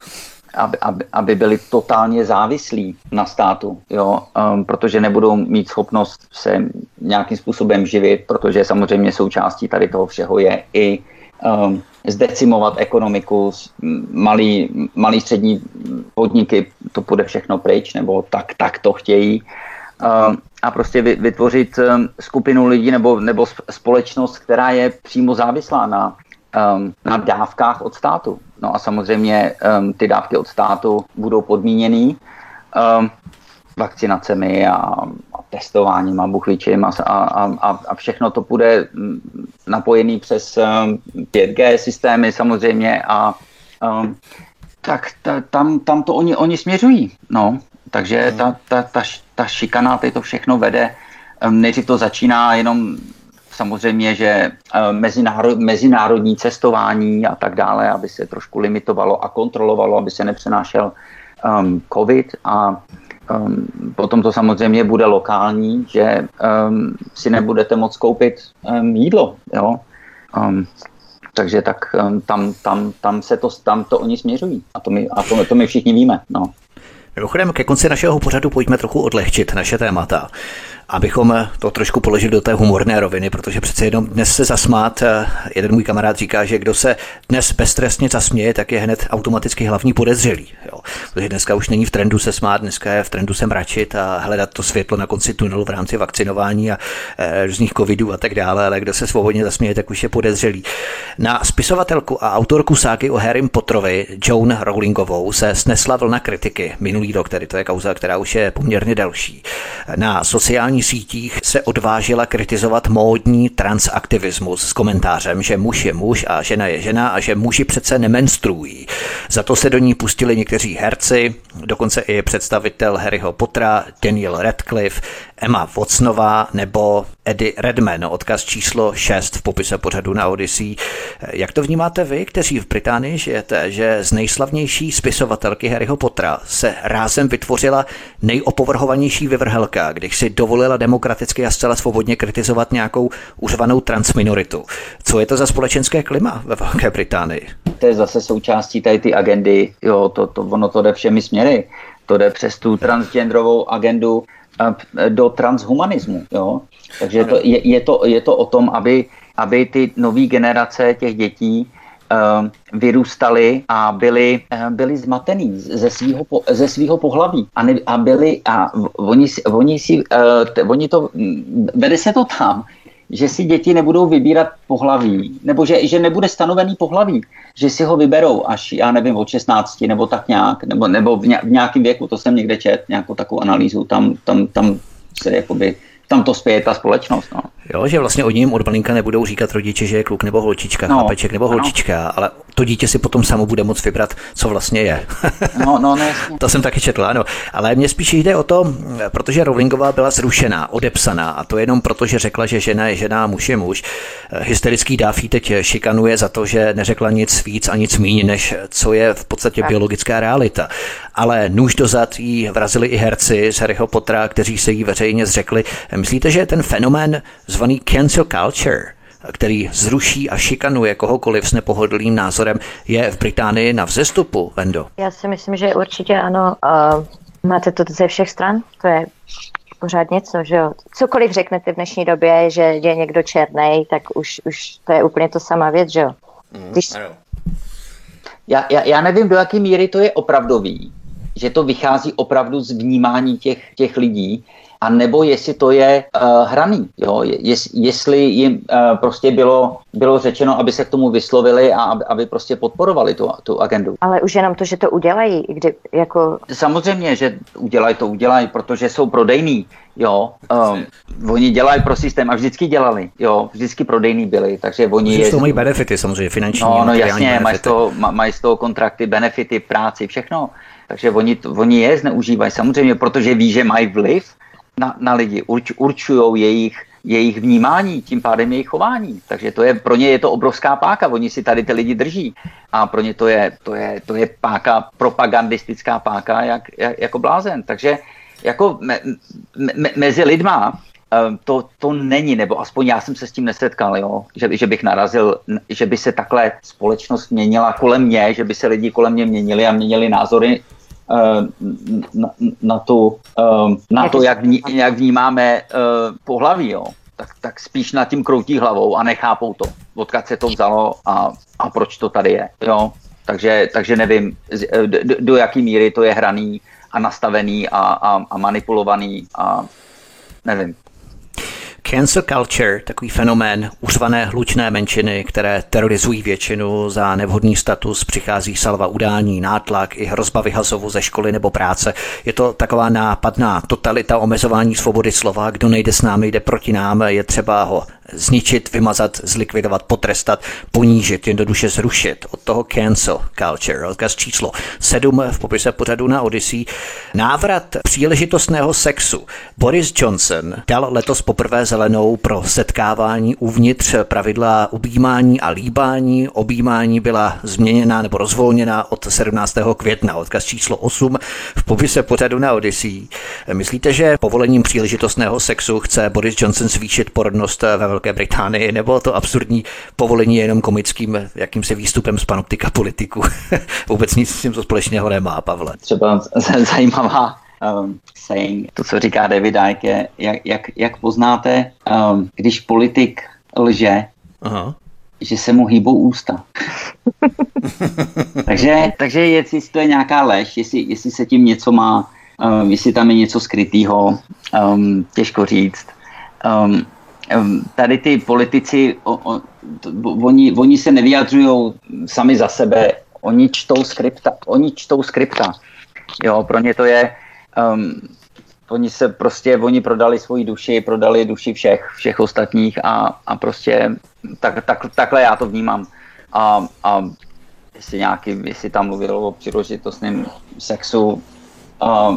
aby, aby, aby byli totálně závislí na státu, jo? Um, protože nebudou mít schopnost se nějakým způsobem živit, protože samozřejmě součástí tady toho všeho je i um, zdecimovat ekonomiku, malý, malý střední podniky, to půjde všechno pryč, nebo tak, tak to chtějí. Um, a prostě vytvořit skupinu lidí nebo, nebo společnost, která je přímo závislá na, um, na dávkách od státu. No a samozřejmě um, ty dávky od státu budou podmíněný um, vakcinacemi a, a testováním a buchvičím a, a, a, a všechno to bude napojený přes um, pět G systémy samozřejmě a um, tak ta, tam, tam to oni, oni směřují. No. Takže ta, ta, ta, ta šikana, tady to všechno vede. Nejdřív to začíná jenom samozřejmě, že mezinárod, mezinárodní cestování a tak dále, aby se trošku limitovalo a kontrolovalo, aby se nepřenášel um, covid a um, potom to samozřejmě bude lokální, že um, si nebudete moct koupit um, jídlo, jo. Um, takže tak um, tam, tam, tam se to, tam to oni směřují a to my, a to, to my všichni víme, no. Mimochodem, ke konci našeho pořadu pojďme trochu odlehčit naše témata, abychom to trošku položili do té humorné roviny, protože přece jenom dnes se zasmát, jeden můj kamarád říká, že kdo se dnes beztrestně zasměje, tak je hned automaticky hlavní podezřelý. Jo. Protože dneska už není v trendu se smát, dneska je v trendu se mračit a hledat to světlo na konci tunelu v rámci vakcinování a e, různých covidů a tak dále, ale kdo se svobodně zasměje, tak už je podezřelý. Na spisovatelku a autorku ságy o Harrym Potterovi, Joan Rowlingovou, se snesla vlna kritiky minulý rok, tedy to je kauza, která už je poměrně delší. Na sociální sítích se odvážila kritizovat módní transaktivismus s komentářem, že muž je muž a žena je žena a že muži přece nemenstruují. Za to se do ní pustili někteří herci, dokonce i představitel Harryho Pottera, Daniel Radcliffe, Emma Watsonová nebo Eddie Redmayne, odkaz číslo šest v popise pořadu na Odyssey. Jak to vnímáte vy, kteří v Británii žijete, že z nejslavnější spisovatelky Harryho Pottera se rázem vytvořila nejopovrhovanější vyvrhelka, když si dovolila demokraticky a zcela svobodně kritizovat nějakou uřvanou transminoritu? Co je to za společenské klima ve Velké Británii? To je zase součástí tady ty agendy, jo, to, to, ono to jde všemi směry. To jde přes tu transgenderovou agendu do transhumanismu, jo. Takže to, je, je, to, je to o tom, aby, aby ty nové generace těch dětí uh, vyrůstaly a byly, uh, byly zmatený ze svého ze svýho pohlaví. A, ne, a byli, a oni, oni si, uh, t, oni to, vede se to tam, že si děti nebudou vybírat pohlaví, nebo že, že nebude stanovený pohlaví, že si ho vyberou až, já nevím, od šestnácti, nebo tak nějak, nebo, nebo v nějakém věku, to jsem někde čet, nějakou takovou analýzu, tam, tam, tam se jakoby, tam to spěje ta společnost, no. Jo, že vlastně od ním od malinka nebudou říkat rodiče, že je kluk nebo holčička, no, chlapeček nebo holčička, no. Ale to dítě si potom samo bude moct vybrat, co vlastně je. No, no, no, to jsem taky četl, ano. Ale mně spíš jde o to, protože Rowlingová byla zrušená, odepsaná, a to jenom proto, že řekla, že žena je žena a muž je muž. Hysterický Duffy teď šikanuje za to, že neřekla nic víc a nic míň, než co je v podstatě biologická realita. Ale nůž do zad jí vrazili i herci z Harryho Pottera, kteří se jí veřejně zřekli. Myslíte, že ten fenomén zvaný cancel culture, který zruší a šikanuje kohokoliv s nepohodlným názorem, je v Británii na vzestupu, Vendo? Já si myslím, že určitě ano. Uh, máte to ze všech stran, to je pořád něco, že jo. Cokoliv řeknete v dnešní době, že je někdo černej, tak už, už to je úplně to samá věc, že jo. Mm, Když... já, já, já nevím, do jaké míry to je opravdový, že to vychází opravdu z vnímání těch, těch lidí, a nebo jestli to je uh, hraný, jo? Jest, jestli jim uh, prostě bylo, bylo řečeno, aby se k tomu vyslovili a aby, aby prostě podporovali tu, tu agendu. Ale už jenom to, že to udělají, kdy jako... Samozřejmě, že udělají to, udělají, protože jsou prodejní, jo. Um, oni dělají pro systém a vždycky dělali, jo, vždycky prodejní byli, takže oni... Že to mají benefity, samozřejmě, finanční, no, no jasně, benefity. mají z toho, mají z toho kontrakty, benefity, práci, všechno. Takže oni, oni je zneužívají samozřejmě, protože ví, že mají vliv na, na lidi, urč, určují jejich, jejich vnímání, tím pádem jejich chování. Takže to je, pro ně je to obrovská páka, oni si tady ty lidi drží. A pro ně to je, to je, to je páka, propagandistická páka, jak, jak, jako blázen. Takže jako me, me, mezi lidma to, to není, nebo aspoň já jsem se s tím nesetkal, jo? Že, že bych narazil, že by se takhle společnost měnila kolem mě, že by se lidi kolem mě měnili a měnili názory Na, na, tu, na to, jak, vní, jak vnímáme uh, pohlaví, jo. Tak, tak spíš nad tím kroutí hlavou a nechápou to, odkud se to vzalo a, a proč to tady je. Jo. Takže, takže nevím, do, do jaký míry to je hraný a nastavený a, a, a manipulovaný a nevím. Cancel culture, takový fenomén uřvané hlučné menšiny, které terorizují většinu, za nevhodný status přichází salva udání, nátlak i hrozba vyhazovu ze školy nebo práce. Je to taková nápadná totalita omezování svobody slova, kdo nejde s námi, jde proti nám, je třeba ho zničit, vymazat, zlikvidovat, potrestat, ponížit, jednoduše zrušit. Od toho cancel culture, odkaz číslo sedm v popise pořadu na Odyssey. Návrat příležitostného sexu. Boris Johnson dal letos poprvé zelenou pro setkávání uvnitř pravidla objímání a líbání. Objímání byla změněna nebo rozvolněna od sedmnáctého května, odkaz číslo osm v popise pořadu na Odyssey. Myslíte, že povolením příležitostného sexu chce Boris Johnson zvýšit porodnost ve Velké Británii, nebo to absurdní povolení je jenom komickým jakýmsi výstupem z panoptika politiků? Vůbec nic s tím to společného nemá, Pavle. Třeba zajímavá um, saying, to, co říká David Icke, je, jak, jak, jak poznáte, um, když politik lže, aha, že se mu hýbou ústa. takže, takže jestli to je nějaká lež, jestli, jestli se tím něco má, um, jestli tam je něco skrytýho, um, těžko říct. Um, Tady ty politici, o, o, oni, oni se nevyjadřují sami za sebe, oni čtou skripta, oni čtou skripta. Jo, pro ně to je, um, oni se prostě, oni prodali svoji duši, prodali duši všech, všech ostatních a, a prostě tak, tak, takhle já to vnímám. A, a jestli nějaký, jestli tam mluvilo o příležitostném sexu, um,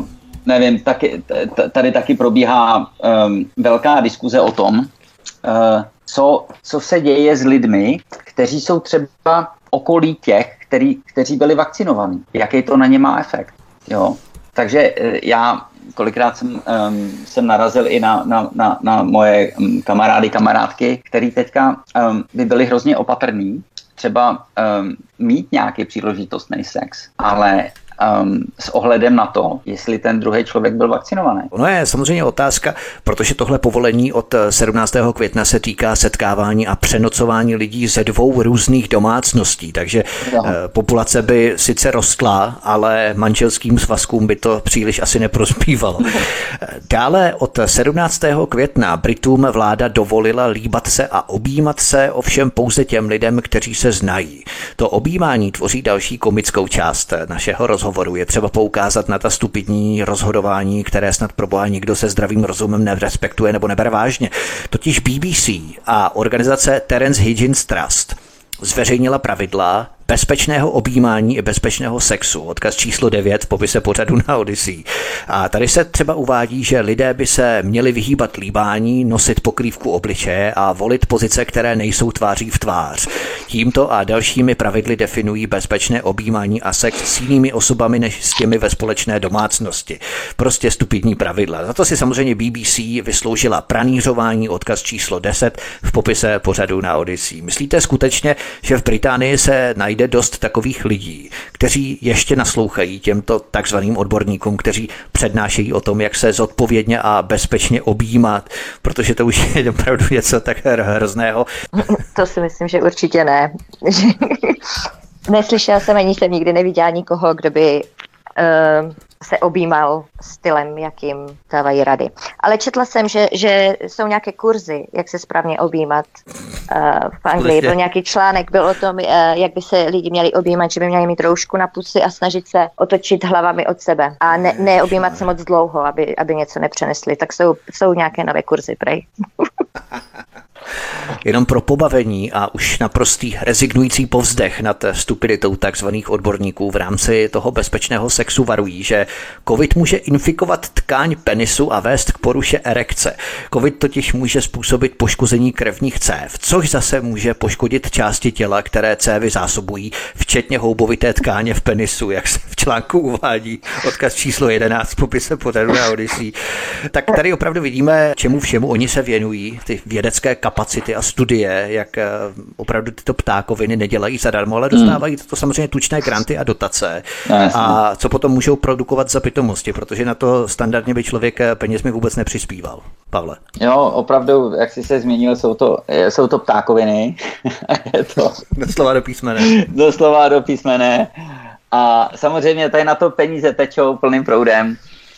nevím, taky, tady taky probíhá um, velká diskuze o tom, uh, co, co se děje s lidmi, kteří jsou třeba okolí těch, který, kteří byli vakcinovaní. Jaký to na ně má efekt. Jo? Takže uh, já kolikrát jsem, um, jsem narazil i na, na, na, na moje um, kamarády, kamarádky, který teďka um, by byli hrozně opatrní, třeba um, mít nějaký příležitostný sex, ale Um, s ohledem na to, jestli ten druhý člověk byl vakcinovaný. Ono je samozřejmě otázka, protože tohle povolení od sedmnáctého května se týká setkávání a přenocování lidí ze dvou různých domácností, takže no. populace by sice rostla, ale manželským svazkům by to příliš asi neprospívalo. Dále od sedmnáctého května Britům vláda dovolila líbat se a objímat se, ovšem pouze těm lidem, kteří se znají. To objímání tvoří další komickou část našeho rozhovoru. Je třeba poukázat na ta stupidní rozhodování, které snad proboha nikdo se zdravým rozumem nerespektuje nebo nebere vážně. Totiž B B C a organizace Terence Higgins Trust zveřejnila pravidla bezpečného objímání i bezpečného sexu. Odkaz číslo devět v popise pořadu na Odyssey. A tady se třeba uvádí, že lidé by se měli vyhýbat líbání, nosit pokrývku obličeje a volit pozice, které nejsou tváří v tvář. Tímto a dalšími pravidly definují bezpečné objímání a sex s jinými osobami než s těmi ve společné domácnosti. Prostě stupidní pravidla. Za to si samozřejmě B B C vysloužila pranířování, odkaz číslo deset v popise pořadu na Odyssey. Myslíte skutečně, že v Británii se najde jde dost takových lidí, kteří ještě naslouchají těmto takzvaným odborníkům, kteří přednášejí o tom, jak se zodpovědně a bezpečně objímat, protože to už je opravdu něco tak hrozného. To si myslím, že určitě ne. Neslyšela jsem ani jsem nikdy neviděla nikoho, kdo by uh, se objímal stylem, jakým dávají rady. Ale četla jsem, že, že jsou nějaké kurzy, jak se správně objímat. Uh, v Anglii byl nějaký článek, byl o tom, uh, jak by se lidi měli objímat, že by měli mít roušku na pusy a snažit se otočit hlavami od sebe a ne, neobjímat se moc dlouho, aby, aby něco nepřenesli. Tak jsou, jsou nějaké nové kurzy, prej. Jenom pro pobavení a už naprostý rezignující povzdech nad stupiditou takzvaných odborníků v rámci toho bezpečného sexu varují, že covid může infikovat tkáň penisu a vést k poruše erekce. Covid totiž může způsobit poškození krevních cév, což zase může poškodit části těla, které cévy zásobují, včetně houbovité tkáně v penisu, jak se v článku uvádí, odkaz číslo jedenáct v popise pořadu na Odyssey. Tak tady opravdu vidíme, čemu všemu oni se věnují, ty vědecké kapacity a studie, jak opravdu tyto ptákoviny nedělají zadarmo, ale dostávají to samozřejmě tučné granty a dotace. No, a co potom můžou produkovat za pitomosti, protože na to standardně by člověk penězmi vůbec nepřispíval. Pavle. Jo, opravdu, jak jsi se zmínil, jsou to, jsou to ptákoviny. Je to... Doslova do písmene. Doslova do písmene. A samozřejmě tady na to peníze tečou plným proudem.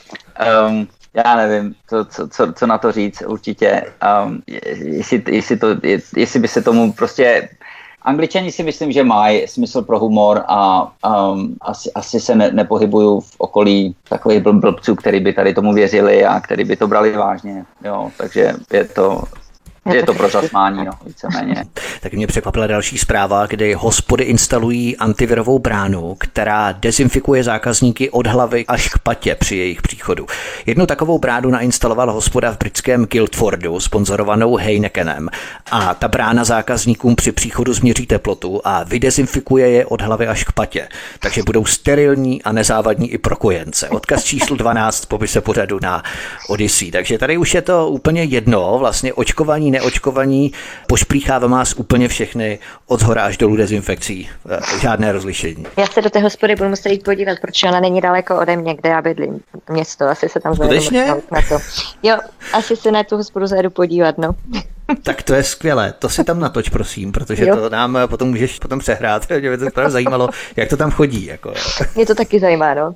Um, Já nevím, co, co, co, co na to říct určitě. Um, jestli, jestli, to, jestli by se tomu prostě... Angličani si myslím, že mají smysl pro humor a um, asi, asi se ne, nepohybují v okolí takových blb, blbců, který by tady tomu věřili a který by to brali vážně. Jo, takže je to... Je to pro zasmání, no, víceméně. Tak mě překvapila další zpráva, kdy hospody instalují antivirovou bránu, která dezinfikuje zákazníky od hlavy až k patě při jejich příchodu. Jednu takovou bránu nainstaloval hospoda v britském Guildfordu, sponzorovanou Heinekenem. A ta brána zákazníkům při příchodu změří teplotu a vydezinfikuje je od hlavy až k patě. Takže budou sterilní a nezávadní i pro kojence. Odkaz číslo dvanáct v popise pořadu na Odyssey. Takže tady už je to úplně jedno, vlastně očkování, neočkovaní, pošplíchává vás úplně všechny od zhora až dolů dezinfekcí. Žádné rozlišení. Já se do té hospody budu muset jít podívat, protože ona není daleko ode mě, kde já bydlím. Město, asi se tam zajedu na to. Jo, asi se na tu hospodu zajedu podívat, no. Tak to je skvělé, to si tam natoč, prosím, protože jo. To nám potom můžeš potom přehrát. Mě by to právě zajímalo, jak to tam chodí. Jako. Mě to taky zajímá, no.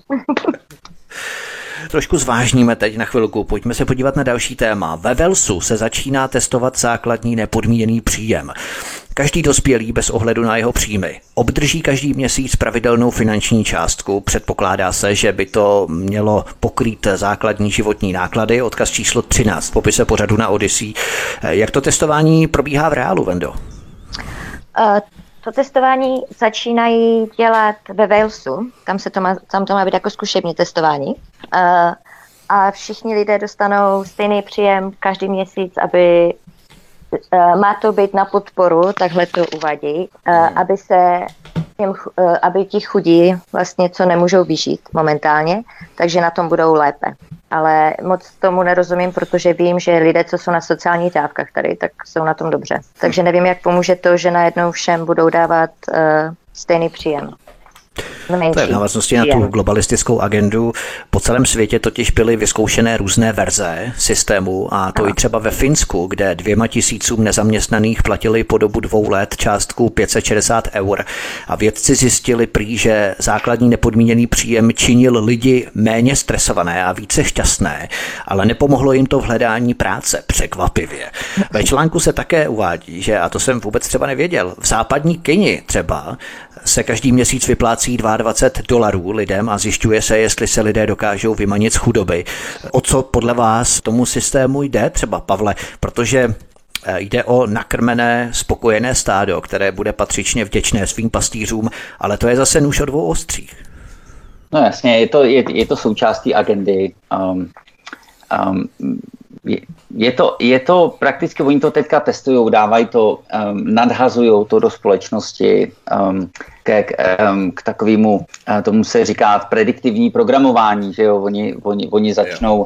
Trošku zvážníme teď na chvilku, pojďme se podívat na další téma. Ve Walesu se začíná testovat základní nepodmíněný příjem. Každý dospělý bez ohledu na jeho příjmy obdrží každý měsíc pravidelnou finanční částku. Předpokládá se, že by to mělo pokrýt základní životní náklady. Odkaz číslo třináct v popise pořadu na Odyssey. Jak to testování probíhá v reálu, Vendo? Uh... To testování začínají dělat ve Walesu, tam, se to má, tam to má být jako zkušební testování. Uh, a všichni lidé dostanou stejný příjem každý měsíc, aby uh, má to být na podporu, takhle to uvádí, uh, aby se těm, uh, aby ti chudí vlastně co nemůžou vyžít momentálně, takže na tom budou lépe. Ale moc tomu nerozumím, protože vím, že lidé, co jsou na sociálních dávkách tady, tak jsou na tom dobře. Takže nevím, jak pomůže to, že najednou všem budou dávat uh, stejný příjem. To je v návaznosti na tu globalistickou agendu. Po celém světě totiž byly vyzkoušené různé verze systému a to i třeba ve Finsku, kde dvěma tisícům nezaměstnaných platili po dobu dvou let částku pět set šedesát eur a vědci zjistili prý, že základní nepodmíněný příjem činil lidi méně stresované a více šťastné, ale nepomohlo jim to v hledání práce, překvapivě. Ve článku se také uvádí, že, a to jsem vůbec třeba nevěděl, v západní Keni třeba se každý měsíc vyplácí dvacet dva dolarů lidem a zjišťuje se, jestli se lidé dokážou vymanit z chudoby. O co podle vás tomu systému jde třeba, Pavle? Protože jde o nakrmené, spokojené stádo, které bude patřičně vděčné svým pastýřům, ale to je zase nůž o dvou ostřích. No jasně, je to, je, je to součástí agendy. Um, um, je, je, to, je to prakticky, oni to teďka testují, dávají to, um, nadhazují to do společnosti um, k, k, um, k takovému, uh, tomu se říká prediktivní programování, že jo, oni, oni, oni začnou,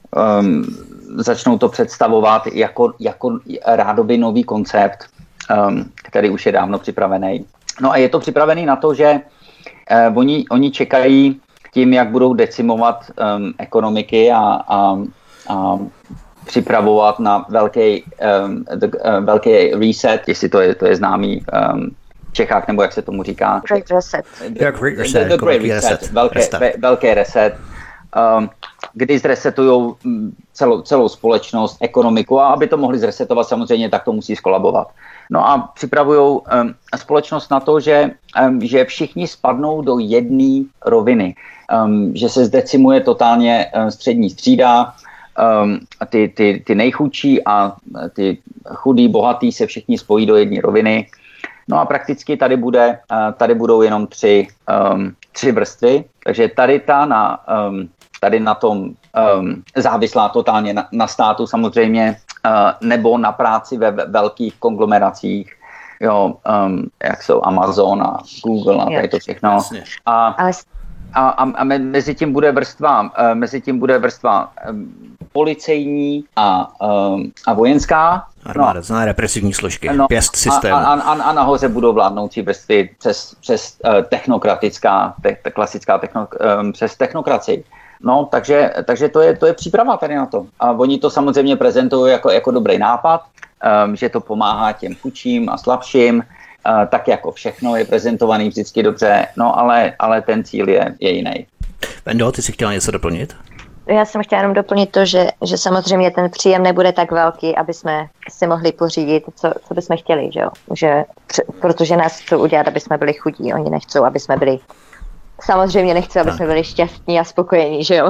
um, začnou to představovat jako, jako rádoby nový koncept, um, který už je dávno připravený. No a je to připravený na to, že uh, oni, oni čekají tím, jak budou decimovat um, ekonomiky a, a, a připravovat na velký, um, the, uh, velký reset, jestli to je, to je známý um, v Čechách, nebo jak se tomu říká. Great reset. The, great reset, the, the great reset, reset. Velké, ve, velký reset, um, kdy zresetujou celou, celou společnost, ekonomiku a aby to mohli zresetovat samozřejmě, tak to musí skolabovat. No a připravují um, společnost na to, že, um, že všichni spadnou do jedné roviny, um, že se zdecimuje totálně um, střední třída, um, ty, ty, ty nejchudší a ty chudí, bohatý se všichni spojí do jedné roviny. No a prakticky tady, bude, uh, tady budou jenom tři, um, tři vrstvy, takže tady ta na, um, tady na tom um, závislá totálně na, na státu samozřejmě, uh, nebo na práci ve velkých konglomeracích, jo, um, jak jsou Amazon a Google a tady to všechno. A, a, a mezi tím bude vrstva, uh, mezi tím bude vrstva um, policejní a, um, a vojenská. Armáda, no, zná represivní složky, no, pěst systému. A, a, a, a nahoře budou vládnoucí vrstvy přes, přes uh, technokratická, te, te, klasická techno, um, přes technokracii. No, takže, takže to, je, to je příprava tady na to. A oni to samozřejmě prezentují jako, jako dobrý nápad, um, že to pomáhá těm chudším a slabším, uh, tak jako všechno je prezentovaný vždycky dobře, no ale, ale ten cíl je, je jiný. Vendo, ty jsi chtěla něco doplnit? Já jsem chtěla jenom doplnit to, že, že samozřejmě ten příjem nebude tak velký, aby jsme si mohli pořídit, co, co bychom chtěli, že jo? Že, protože nás chcou udělat, aby jsme byli chudí, oni nechcou, aby jsme byli. Samozřejmě nechci, aby tak. jsme byli šťastní a spokojení, že jo?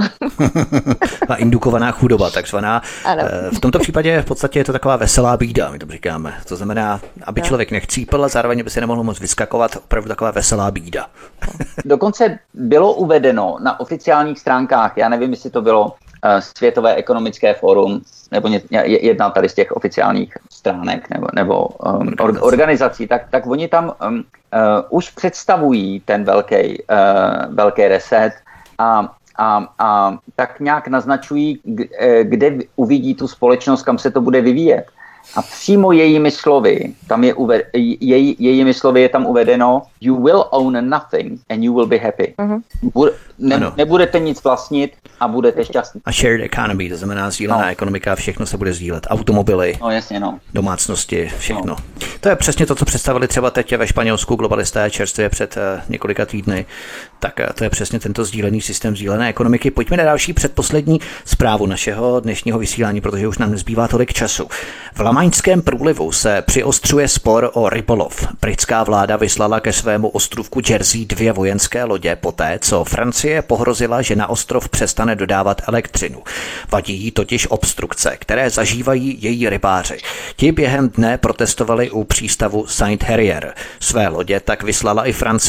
A indukovaná chudoba, takzvaná. Ano. V tomto případě v podstatě je to taková veselá bída, my to říkáme. To znamená, aby no. člověk nechcípl a zároveň by se nemohl moc vyskakovat, opravdu taková veselá bída. Dokonce bylo uvedeno na oficiálních stránkách, já nevím, jestli to bylo uh, Světové ekonomické fórum, nebo jedna tady z těch oficiálních stránek nebo, nebo um, organizací, organizací tak, tak oni tam um, uh, už představují ten velký, uh, velký reset a, a, a tak nějak naznačují, kde uvidí tu společnost, kam se to bude vyvíjet. A přímo jejími slovy, tam je uved, jej, jejími slovy je tam uvedeno you will own nothing and you will be happy. Mm-hmm. Bude, ne, nebudete nic vlastnit a budete šťastní. A shared economy, to znamená sdílená no. ekonomika, všechno se bude sdílet. Automobily, no, jasně, no. domácnosti, všechno. No. To je přesně to, co představili třeba teď ve Španělsku globalisté čerstvě před uh, několika týdny. Tak uh, to je přesně tento sdílený systém sdílené ekonomiky. Pojďme na další předposlední zprávu našeho dnešního vysílání, protože už nám nezbývá tolik času. V Lamaňském průlivu se přiostřuje spor o rybolov. Britská vláda vyslala ke svému ostrovku Jersey dvě vojenské lodě poté, co Francie pohrozila, že na ostrov přestane dodávat elektřinu. Vadí jí totiž obstrukce, které zažívají její rybáři. Ti během dne protestovali u přístavu Saint Herier. Své lodě tak vyslala i Francie.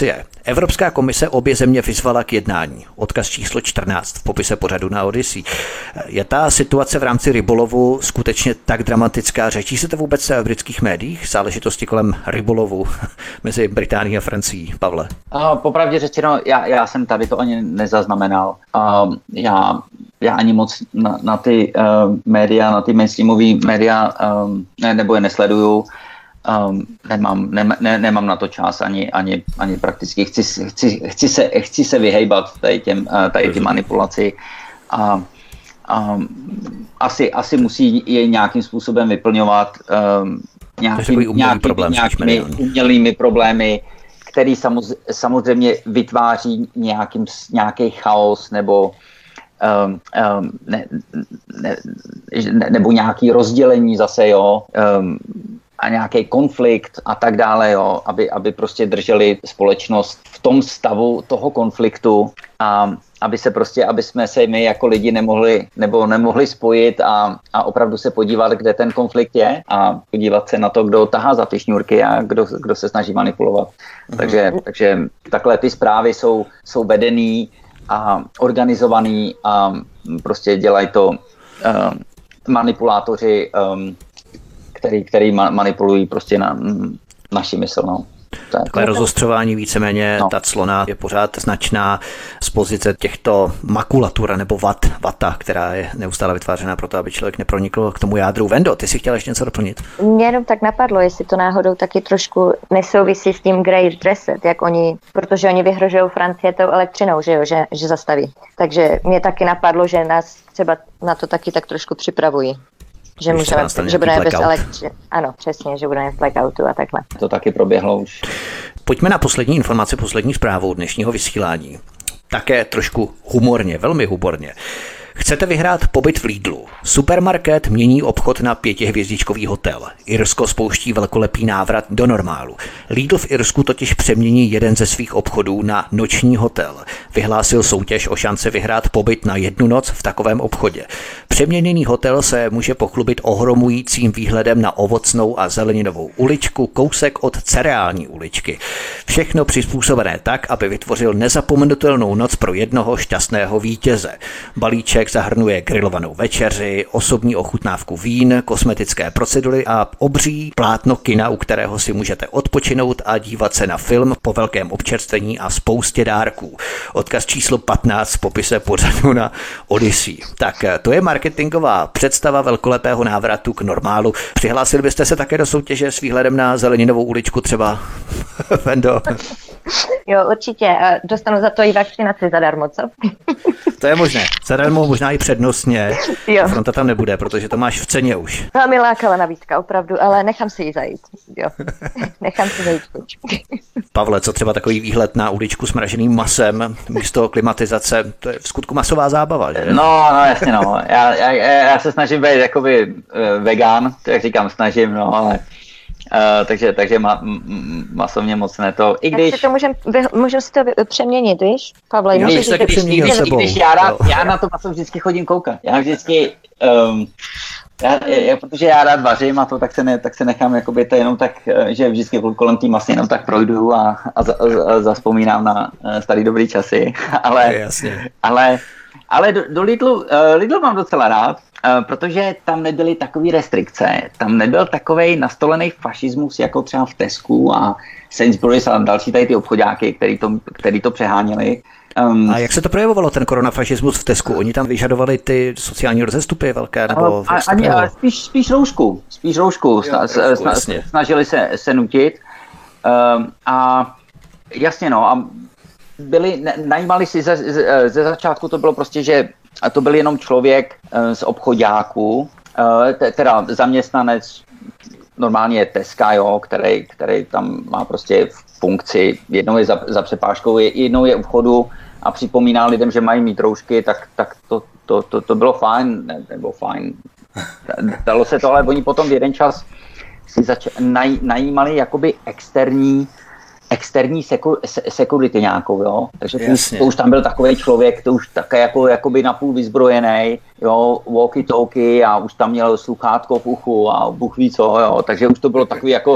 Evropská komise obě země vyzvala k jednání. Odkaz číslo čtrnáct v popise pořadu na Odyssey. Je ta situace v rámci rybolovu skutečně tak dramatická? Řečí se to vůbec v britských médiích? Záležitosti kolem rybolovu mezi Británií a Francií, Pavle? A popravdě řečeno, já, já jsem tady to ani nezaznamenal. A já, já ani moc na, na ty uh, média, na ty mainstreamové média um, ne, nebo je nesleduju. Um, nemám, ne, ne, nemám na to čas ani, ani, ani prakticky. Chci, chci, chci, se, chci se vyhejbat tady těm, tady těm manipulaci. A, a asi, asi musí je nějakým způsobem vyplňovat um, nějaký, nějaký, problém, nějakými umělými problémy, který samoz, samozřejmě vytváří nějakým, nějaký chaos nebo Um, um, ne, ne, ne, nebo nějaký rozdělení zase, jo, um, a nějaký konflikt a tak dále, jo, aby, aby prostě drželi společnost v tom stavu toho konfliktu a aby se prostě, aby jsme se my jako lidi nemohli, nebo nemohli spojit a, a opravdu se podívat, kde ten konflikt je a podívat se na to, kdo tahá za ty šňůrky a kdo, kdo se snaží manipulovat. Mhm. Takže, takže takhle ty zprávy jsou, jsou vedený a organizovaný a prostě dělají to um, manipulátoři, um, který, který ma- manipulují prostě na m, naši mysl. No. Takové rozostřování víceméně, no. Ta clona je pořád značná z pozice těchto makulatur nebo vat, vata, která je neustále vytvářena proto, aby člověk nepronikl k tomu jádru. Vendo, ty si chtěla ještě něco doplnit? Mě jenom tak napadlo, jestli to náhodou taky trošku nesouvisí s tím Great Reset, jak oni, protože oni vyhrožují Francie tou elektřinou, že jo, že, že zastaví. Takže mě taky napadlo, že nás třeba na to taky tak trošku připravují. Že, můžeme, že budeme bez elektřiny. Ano, přesně, že budeme v blackoutu a takhle. To taky proběhlo už. Pojďme na poslední informaci, poslední zprávu dnešního vysílání. Také trošku humorně, velmi humorně. Chcete vyhrát pobyt v Lidlu? Supermarket mění obchod na pětihvězdičkový hotel. Irsko spouští velkolepý návrat do normálu. Lidl v Irsku totiž přemění jeden ze svých obchodů na noční hotel. Vyhlásil soutěž o šance vyhrát pobyt na jednu noc v takovém obchodě. Přeměněný hotel se může pochlubit ohromujícím výhledem na ovocnou a zeleninovou uličku, kousek od cereální uličky. Všechno přizpůsobené tak, aby vytvořil nezapomenutelnou noc pro jednoho šťastného vítěze. Balíček zahrnuje grilovanou večeři, osobní ochutnávku vín, kosmetické procedury a obří plátno kina, u kterého si můžete odpočinout a dívat se na film po velkém občerstvení a spoustě dárků. Odkaz číslo patnáct v popise pořadu na Odyssey. Tak to je marketingová představa velkolepého návratu k normálu. Přihlásili byste se také do soutěže s výhledem na zeleninovou uličku třeba? Vendo? Jo, určitě. Dostanu za to i vakcinaci zadarmo, co? To je možné. Zadarmo, možná i přednostně. Jo. Fronta tam nebude, protože to máš v ceně už. Velmi lákavá nabídka, opravdu, ale nechám si ji zajít. Jo. Nechám si zajít. Pavle, co třeba takový výhled na uličku s mraženým masem místo klimatizace? To je v skutku masová zábava, že? No, no jasně, no. Já, já, já se snažím být jakoby uh, vegán, jak říkám, snažím, no, ale Uh, takže, takže ma, m, masovně moc ne to. I když... Jak si to můžem, můžem si to přeměnit, víš, Pavle? Já bych taky přeměnil sebou. Když já, rád, já na to maso vždycky chodím koukat. Já vždycky, um, já, já, protože já rád vařím a to, tak se, ne, tak se nechám jakoby to jenom tak, že vždycky kolem té masy jenom tak projdu a, a, a, a zaspomínám na starý dobrý časy. ale, Jasně. ale, ale do, do Lidlu, uh, Lidlu mám docela rád. Uh, protože tam nebyly takové restrikce, tam nebyl takovej nastolený fašismus jako třeba v Tesku a Sainsbury's a další tady ty obchodáky, který to, který to přeháněli. Um, a jak se to projevovalo, ten koronafašismus v Tesku? Oni tam vyžadovali ty sociální rozestupy velké? Nebo a, ani, a spíš, spíš roušku. Spíš roušku. Sna, sna, sna, snažili se, se nutit. Um, a jasně no, a byli, ne, najímali si ze, ze, ze začátku to bylo prostě, že a to byl jenom člověk uh, z obchodáků, uh, teda zaměstnanec, normálně je Teska, jo, který, který tam má prostě funkci, jednou je za, za přepážkou, jednou je u vchodu a připomíná lidem, že mají mít roušky, tak, tak to, to, to, to bylo fajn, ne, nebylo fajn, dalo se to, ale oni potom v jeden čas si zač- naj, najímali jakoby externí externí seku, se, security nějakou, jo. Takže to už, to už tam byl takový člověk, to už také jako jakoby napůl vyzbrojený, jo, walkie-talkie a už tam měl sluchátko v uchu a Bůh ví co, jo. Takže už to bylo takový jako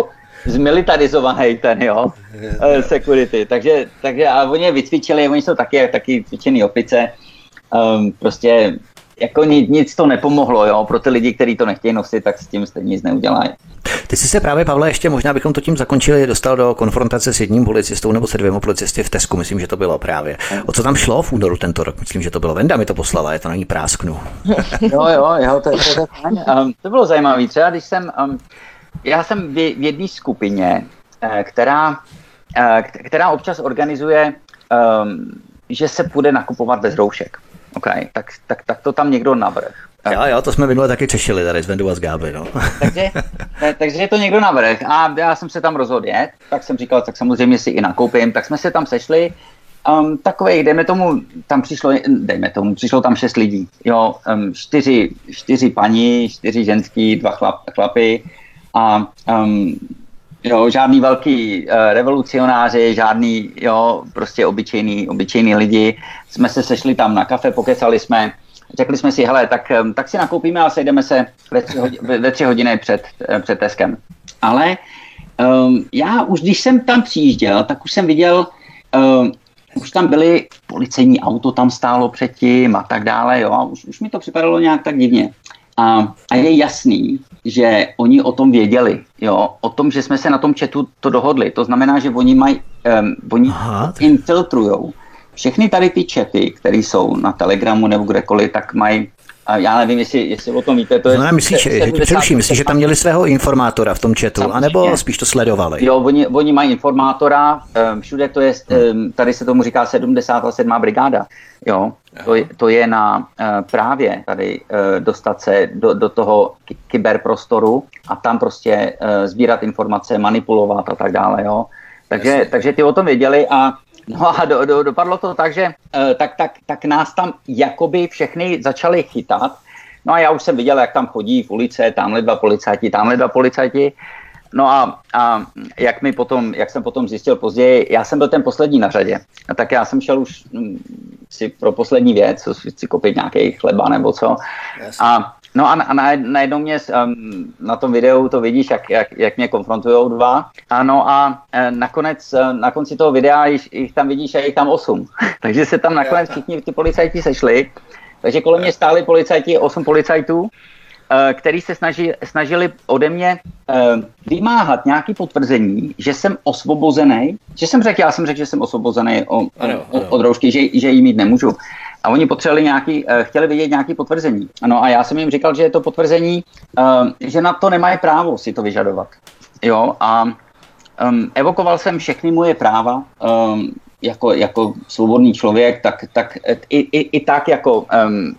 zmilitarizovaný ten, jo, security. Takže, takže a oni je vycvičili, oni jsou taky, taky cvičený opice. Um, prostě jako nic, nic to nepomohlo, jo, pro ty lidi, kteří to nechtějí nosit, tak s tím stejně nic neudělají. Ty jsi se právě, Pavle, ještě možná bychom to tím zakončili, dostal do konfrontace s jedním policistou nebo se dvěma policisty v Tesku, myslím, že to bylo právě. O co tam šlo v únoru tento rok? Myslím, že to bylo. Venda mi to poslala, je to na ní prásknu. Jo, jo, jo, to, to, to, to, um, to bylo zajímavé. Třeba když jsem, um, já jsem v, v jedné skupině, která, která občas organizuje, um, že se půjde nakupovat bez roušek. Okay, tak, tak, tak to tam někdo navrh. Jo, jo, to jsme minule taky češili tady s Vendou a s Gáby, no. takže, takže je to někdo navrh a já jsem se tam rozhodl jet, tak jsem říkal, tak samozřejmě si i nakoupím, tak jsme se tam sešli, um, takovej, dejme tomu, tam přišlo, dejme tomu, přišlo tam šest lidí, jo, um, čtyři, čtyři paní, čtyři ženský, dva chlap, chlapy a um, jo, žádný velký uh, revolucionáři, žádný, jo, prostě obyčejný, obyčejný lidi, jsme se sešli tam na kafe, pokecali jsme, řekli jsme si, hele, tak, tak si nakoupíme a sejdeme se ve tři, hodiny, ve tři hodiny před, před Teskem. Ale um, já už, když jsem tam přijížděl, tak už jsem viděl, um, už tam byly policejní auto, tam stálo předtím a tak dále, jo, a už, už mi to připadalo nějak tak divně. A, a je jasný, že oni o tom věděli, jo, o tom, že jsme se na tom chatu to dohodli. To znamená, že oni mají, um, oni Aha, infiltrujou všechny tady ty chaty, které jsou na Telegramu nebo kdekoliv, tak mají, já nevím, jestli, jestli o tom víte, to je... No, myslíš, že, především, myslíš, že tam měli svého informátora v tom chatu, samozřejmě, anebo spíš to sledovali? Jo, oni, oni mají informátora, všude to je, tady se tomu říká sedmdesátá sedmá brigáda, jo, to je, to je na právě tady dostat se do, do toho kyberprostoru a tam prostě sbírat informace, manipulovat a tak dále, jo. Takže, takže ty o tom věděli a no a do, do, dopadlo to tak, že uh, tak, tak, tak nás tam jakoby všechny začali chytat. No a já už jsem viděl, jak tam chodí v ulice, tamhle dva policajti, tamhle dva policajti. No a, a jak, mi potom, jak jsem potom zjistil později, já jsem byl ten poslední na řadě. A tak já jsem šel už hm, si pro poslední věc, si koupit nějaký chleba nebo co. Yes. A no a, a najednou mě um, na tom videu to vidíš, jak, jak, jak mě konfrontujou dva. Ano a e, nakonec, e, na konci toho videa jich, jich tam vidíš a jich tam osm. Takže se tam nakonec všichni ty policajti sešli. Takže kolem mě stáli policajti, osm policajtů, e, který se snaží, snažili ode mě e, vymáhat nějaké potvrzení, že jsem osvobozený. Že jsem řekl, já jsem řekl, že jsem osvobozený o, ano, ano. od roušky, že, že jí mít nemůžu. A oni potřebovali nějaký, chtěli vidět nějaké potvrzení. No a já jsem jim říkal, že je to potvrzení, že na to nemají právo si to vyžadovat. Jo, a um, evokoval jsem všechny moje práva um, jako, jako svobodný člověk, tak, tak i, i, i tak jako um,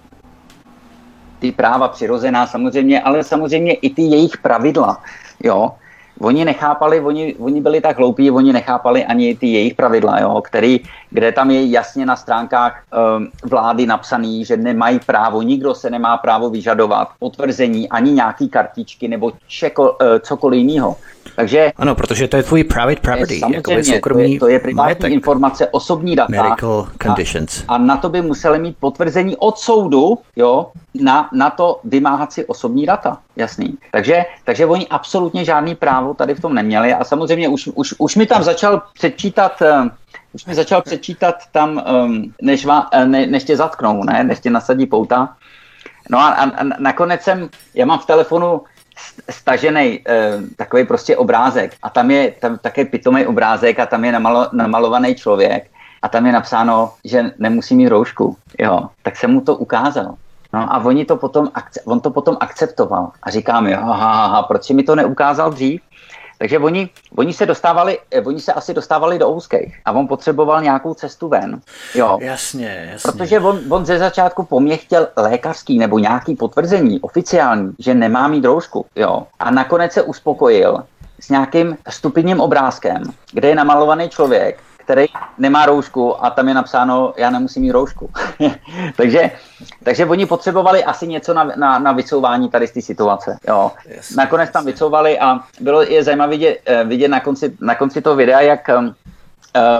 ty práva přirozená samozřejmě, ale samozřejmě i ty jejich pravidla, jo. Oni nechápali, oni, oni byli tak hloupí, oni nechápali ani ty jejich pravidla, jo, který, kde tam je jasně na stránkách um, vlády napsaný, že nemají právo, nikdo se nemá právo vyžadovat potvrzení, ani nějaký kartičky nebo čeko, uh, cokoliv jiného. Takže ano, protože to je tvůj private property, samozřejmě, soukromý to je, to je privátní informace, osobní data medical conditions. A, a na to by museli mít potvrzení od soudu, jo, na, na to vymáhat si osobní data, jasný. Takže, takže oni absolutně žádný právo tady v tom neměli a samozřejmě už, už, už mi tam začal předčítat, uh, už mi začal předčítat tam, um, než, va, ne, než tě zatknou, ne, než tě nasadí pouta. No a, a, a nakonec jsem, já mám v telefonu stažený eh, takový prostě obrázek a tam je tam také pitomý obrázek a tam je namalo, namalovaný člověk a tam je napsáno, že nemusí mít roušku, jo, tak jsem mu to ukázal. No a oni to potom, on to potom akceptoval a říká mi, ha, ha, ha, proč mi to neukázal dřív? Takže oni, oni se dostávali, oni se asi dostávali do úzkých a on potřeboval nějakou cestu ven. Jo. Jasně, jasně. Protože on, on ze začátku po mně chtěl lékařský nebo nějaký potvrzení oficiální, že nemá mít roušku. Jo. A nakonec se uspokojil s nějakým stupidním obrázkem, kde je namalovaný člověk, který nemá roušku a tam je napsáno, já nemusím mít roušku. takže, takže oni potřebovali asi něco na, na, na vycouvání tady z té situace. Jo. Yes, nakonec tam vycouvali a bylo je zajímavé vidět, vidět na, konci, na konci toho videa, jak, uh,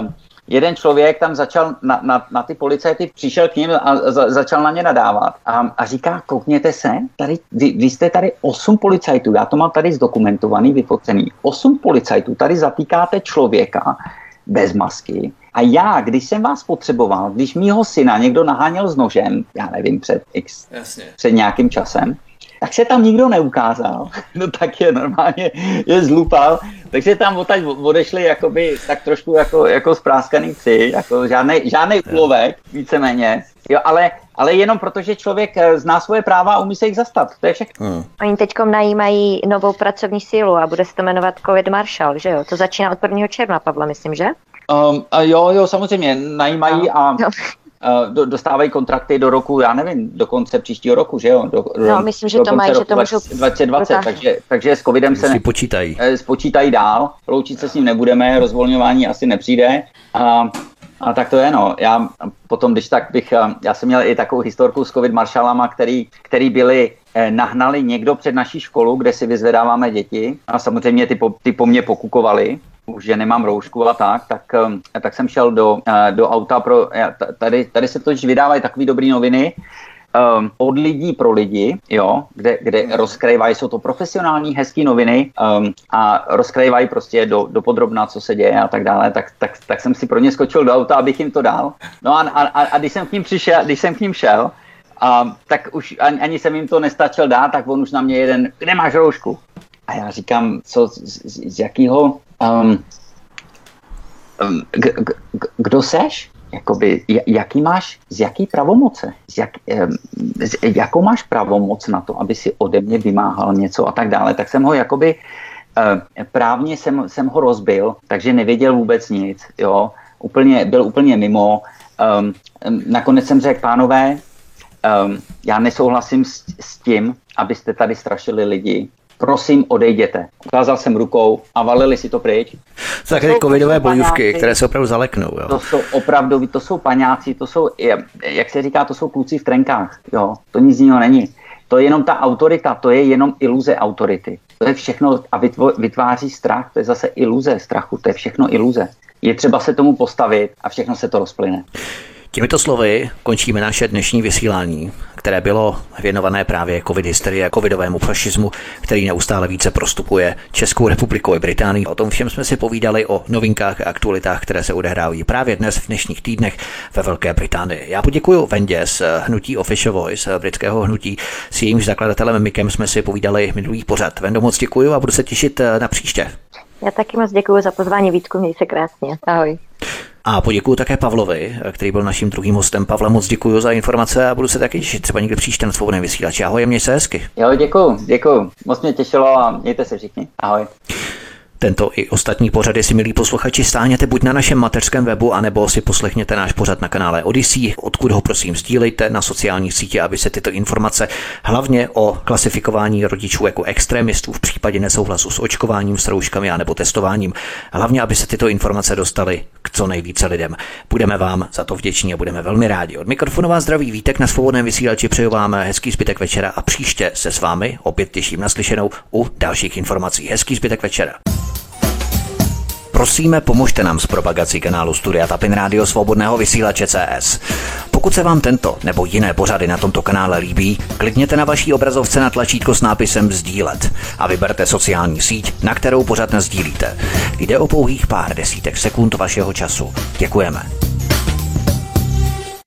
jeden člověk tam začal na, na, na ty policajty, přišel k ním a za, začal na ně nadávat a, a říká, koukněte se, tady, vy, vy jste tady osm policajtů, já to mám tady zdokumentovaný, vyfocený, osm policajtů, tady zatýkáte člověka bez masky. A já, když jsem vás potřeboval, když mýho syna někdo naháněl s nožem, já nevím, před, x, před nějakým časem, tak se tam nikdo neukázal, no tak je normálně, je zlupal, takže tam odtaď odešli jakoby tak trošku jako, jako spráskaný psi, jako žádnej, žádnej úlovek, víceméně, jo, ale, ale jenom protože člověk zná svoje práva a umí se jich zastat, to je všechno. Hmm. Oni teďkom najímají novou pracovní sílu a bude se to jmenovat Covid Marshal, že jo? To začíná od prvního června, Pavle, myslím, že? Um, a jo, jo, samozřejmě, najímají a... No. Do, dostávají kontrakty do roku, já nevím, do konce příštího roku, že jo? Do, no, myslím, že to mají, že to můžou... dvacet dvacet, takže, takže s covidem se ne, počítají. spočítají dál, loučit se s ním nebudeme, rozvolňování asi nepřijde a, a tak to je, no. Já potom, když tak bych, já jsem měl i takovou historku s covid maršalama, který, který byli, nahnali někdo před naší školu, kde si vyzvedáváme děti a samozřejmě ty po, ty po mně pokukovali, už že nemám roušku a tak, tak, tak jsem šel do, do auta pro, tady, tady se totiž vydávají takové dobré noviny um, od lidí pro lidi, jo, kde, kde rozkrývají, jsou to profesionální, hezký noviny um, a rozkrývají prostě do, do podrobna, co se děje a tak dále, tak, tak, tak jsem si pro ně skočil do auta, abych jim to dal. No a, a, a když jsem k ním přišel, když jsem k ním šel, a, tak už ani, ani jsem jim to nestačil dát, tak on už na mě jeden, kde máš roušku? A já říkám, co, z, z, z jakýho, um, um, k, k, k, kdo seš? Jakoby, jaký máš, z jaký pravomoce? Z jak, um, z, jakou máš pravomoc na to, aby si ode mě vymáhal něco a tak dále? Tak jsem ho jakoby, uh, právně jsem, jsem ho rozbil, takže nevěděl vůbec nic, jo. Úplně, byl úplně mimo. Um, nakonec jsem řekl, pánové, um, já nesouhlasím s, s tím, abyste tady strašili lidi. Prosím, odejděte. Ukázal jsem rukou a valili si to pryč. To také covidové bojůvky, které se opravdu zaleknou. Jo. To jsou opravdu, to jsou paňáci, to jsou, jak se říká, to jsou kluci v trenkách. Jo, to nic z něho není. To je jenom ta autorita, to je jenom iluze autority. To je všechno a vytváří strach, to je zase iluze strachu, to je všechno iluze. Je třeba se tomu postavit a všechno se to rozplyne. Těmito slovy končíme naše dnešní vysílání, které bylo věnované právě covid hysterii, covidovému fašismu, který neustále více prostupuje Českou republikou i Británii. O tom všem jsme si povídali, o novinkách a aktualitách, které se odehrávají právě dnes v dnešních týdnech ve Velké Británii. Já poděkuji Vendě z hnutí Official Voice, britského hnutí, s jejímž zakladatelem Mikem jsme si povídali minulý pořad. Vendo, moc děkuji a budu se těšit na příště. Já taky moc děkuji za pozvání, Vítku, měj se krásně. Ahoj. A poděkuju také Pavlovi, který byl naším druhým hostem. Pavle, moc děkuji za informace a budu se taky těšit třeba někdy příště na Svobodném vysílači. Ahoj, měj se hezky. Jo, děkuju, děkuju. Moc mě těšilo a mějte se všichni. Ahoj. Tento i ostatní pořady si, milí posluchači, stáhněte buď na našem mateřském webu, anebo si poslechněte náš pořad na kanále Odyssey, odkud ho prosím sdílejte na sociální sítě, aby se tyto informace hlavně o klasifikování rodičů jako extremistů v případě nesouhlasu s očkováním, s rouškami a nebo testováním, hlavně aby se tyto informace dostaly k co nejvíce lidem. Budeme vám za to vděční a budeme velmi rádi. Od mikrofonu vás zdraví Vítek, na Svobodném vysílači přeju vám hezký zbytek večera a příště se s vámi opět těším na slyšenou u dalších informací. Hezký zbytek večera. Prosíme, pomožte nám s propagací kanálu Studia Tapin Rádio Svobodného vysílače C S. Pokud se vám tento nebo jiné pořady na tomto kanále líbí, klikněte na vaší obrazovce na tlačítko s nápisem sdílet a vyberte sociální síť, na kterou pořad nasdílíte. Jde o pouhých pár desítek sekund vašeho času. Děkujeme.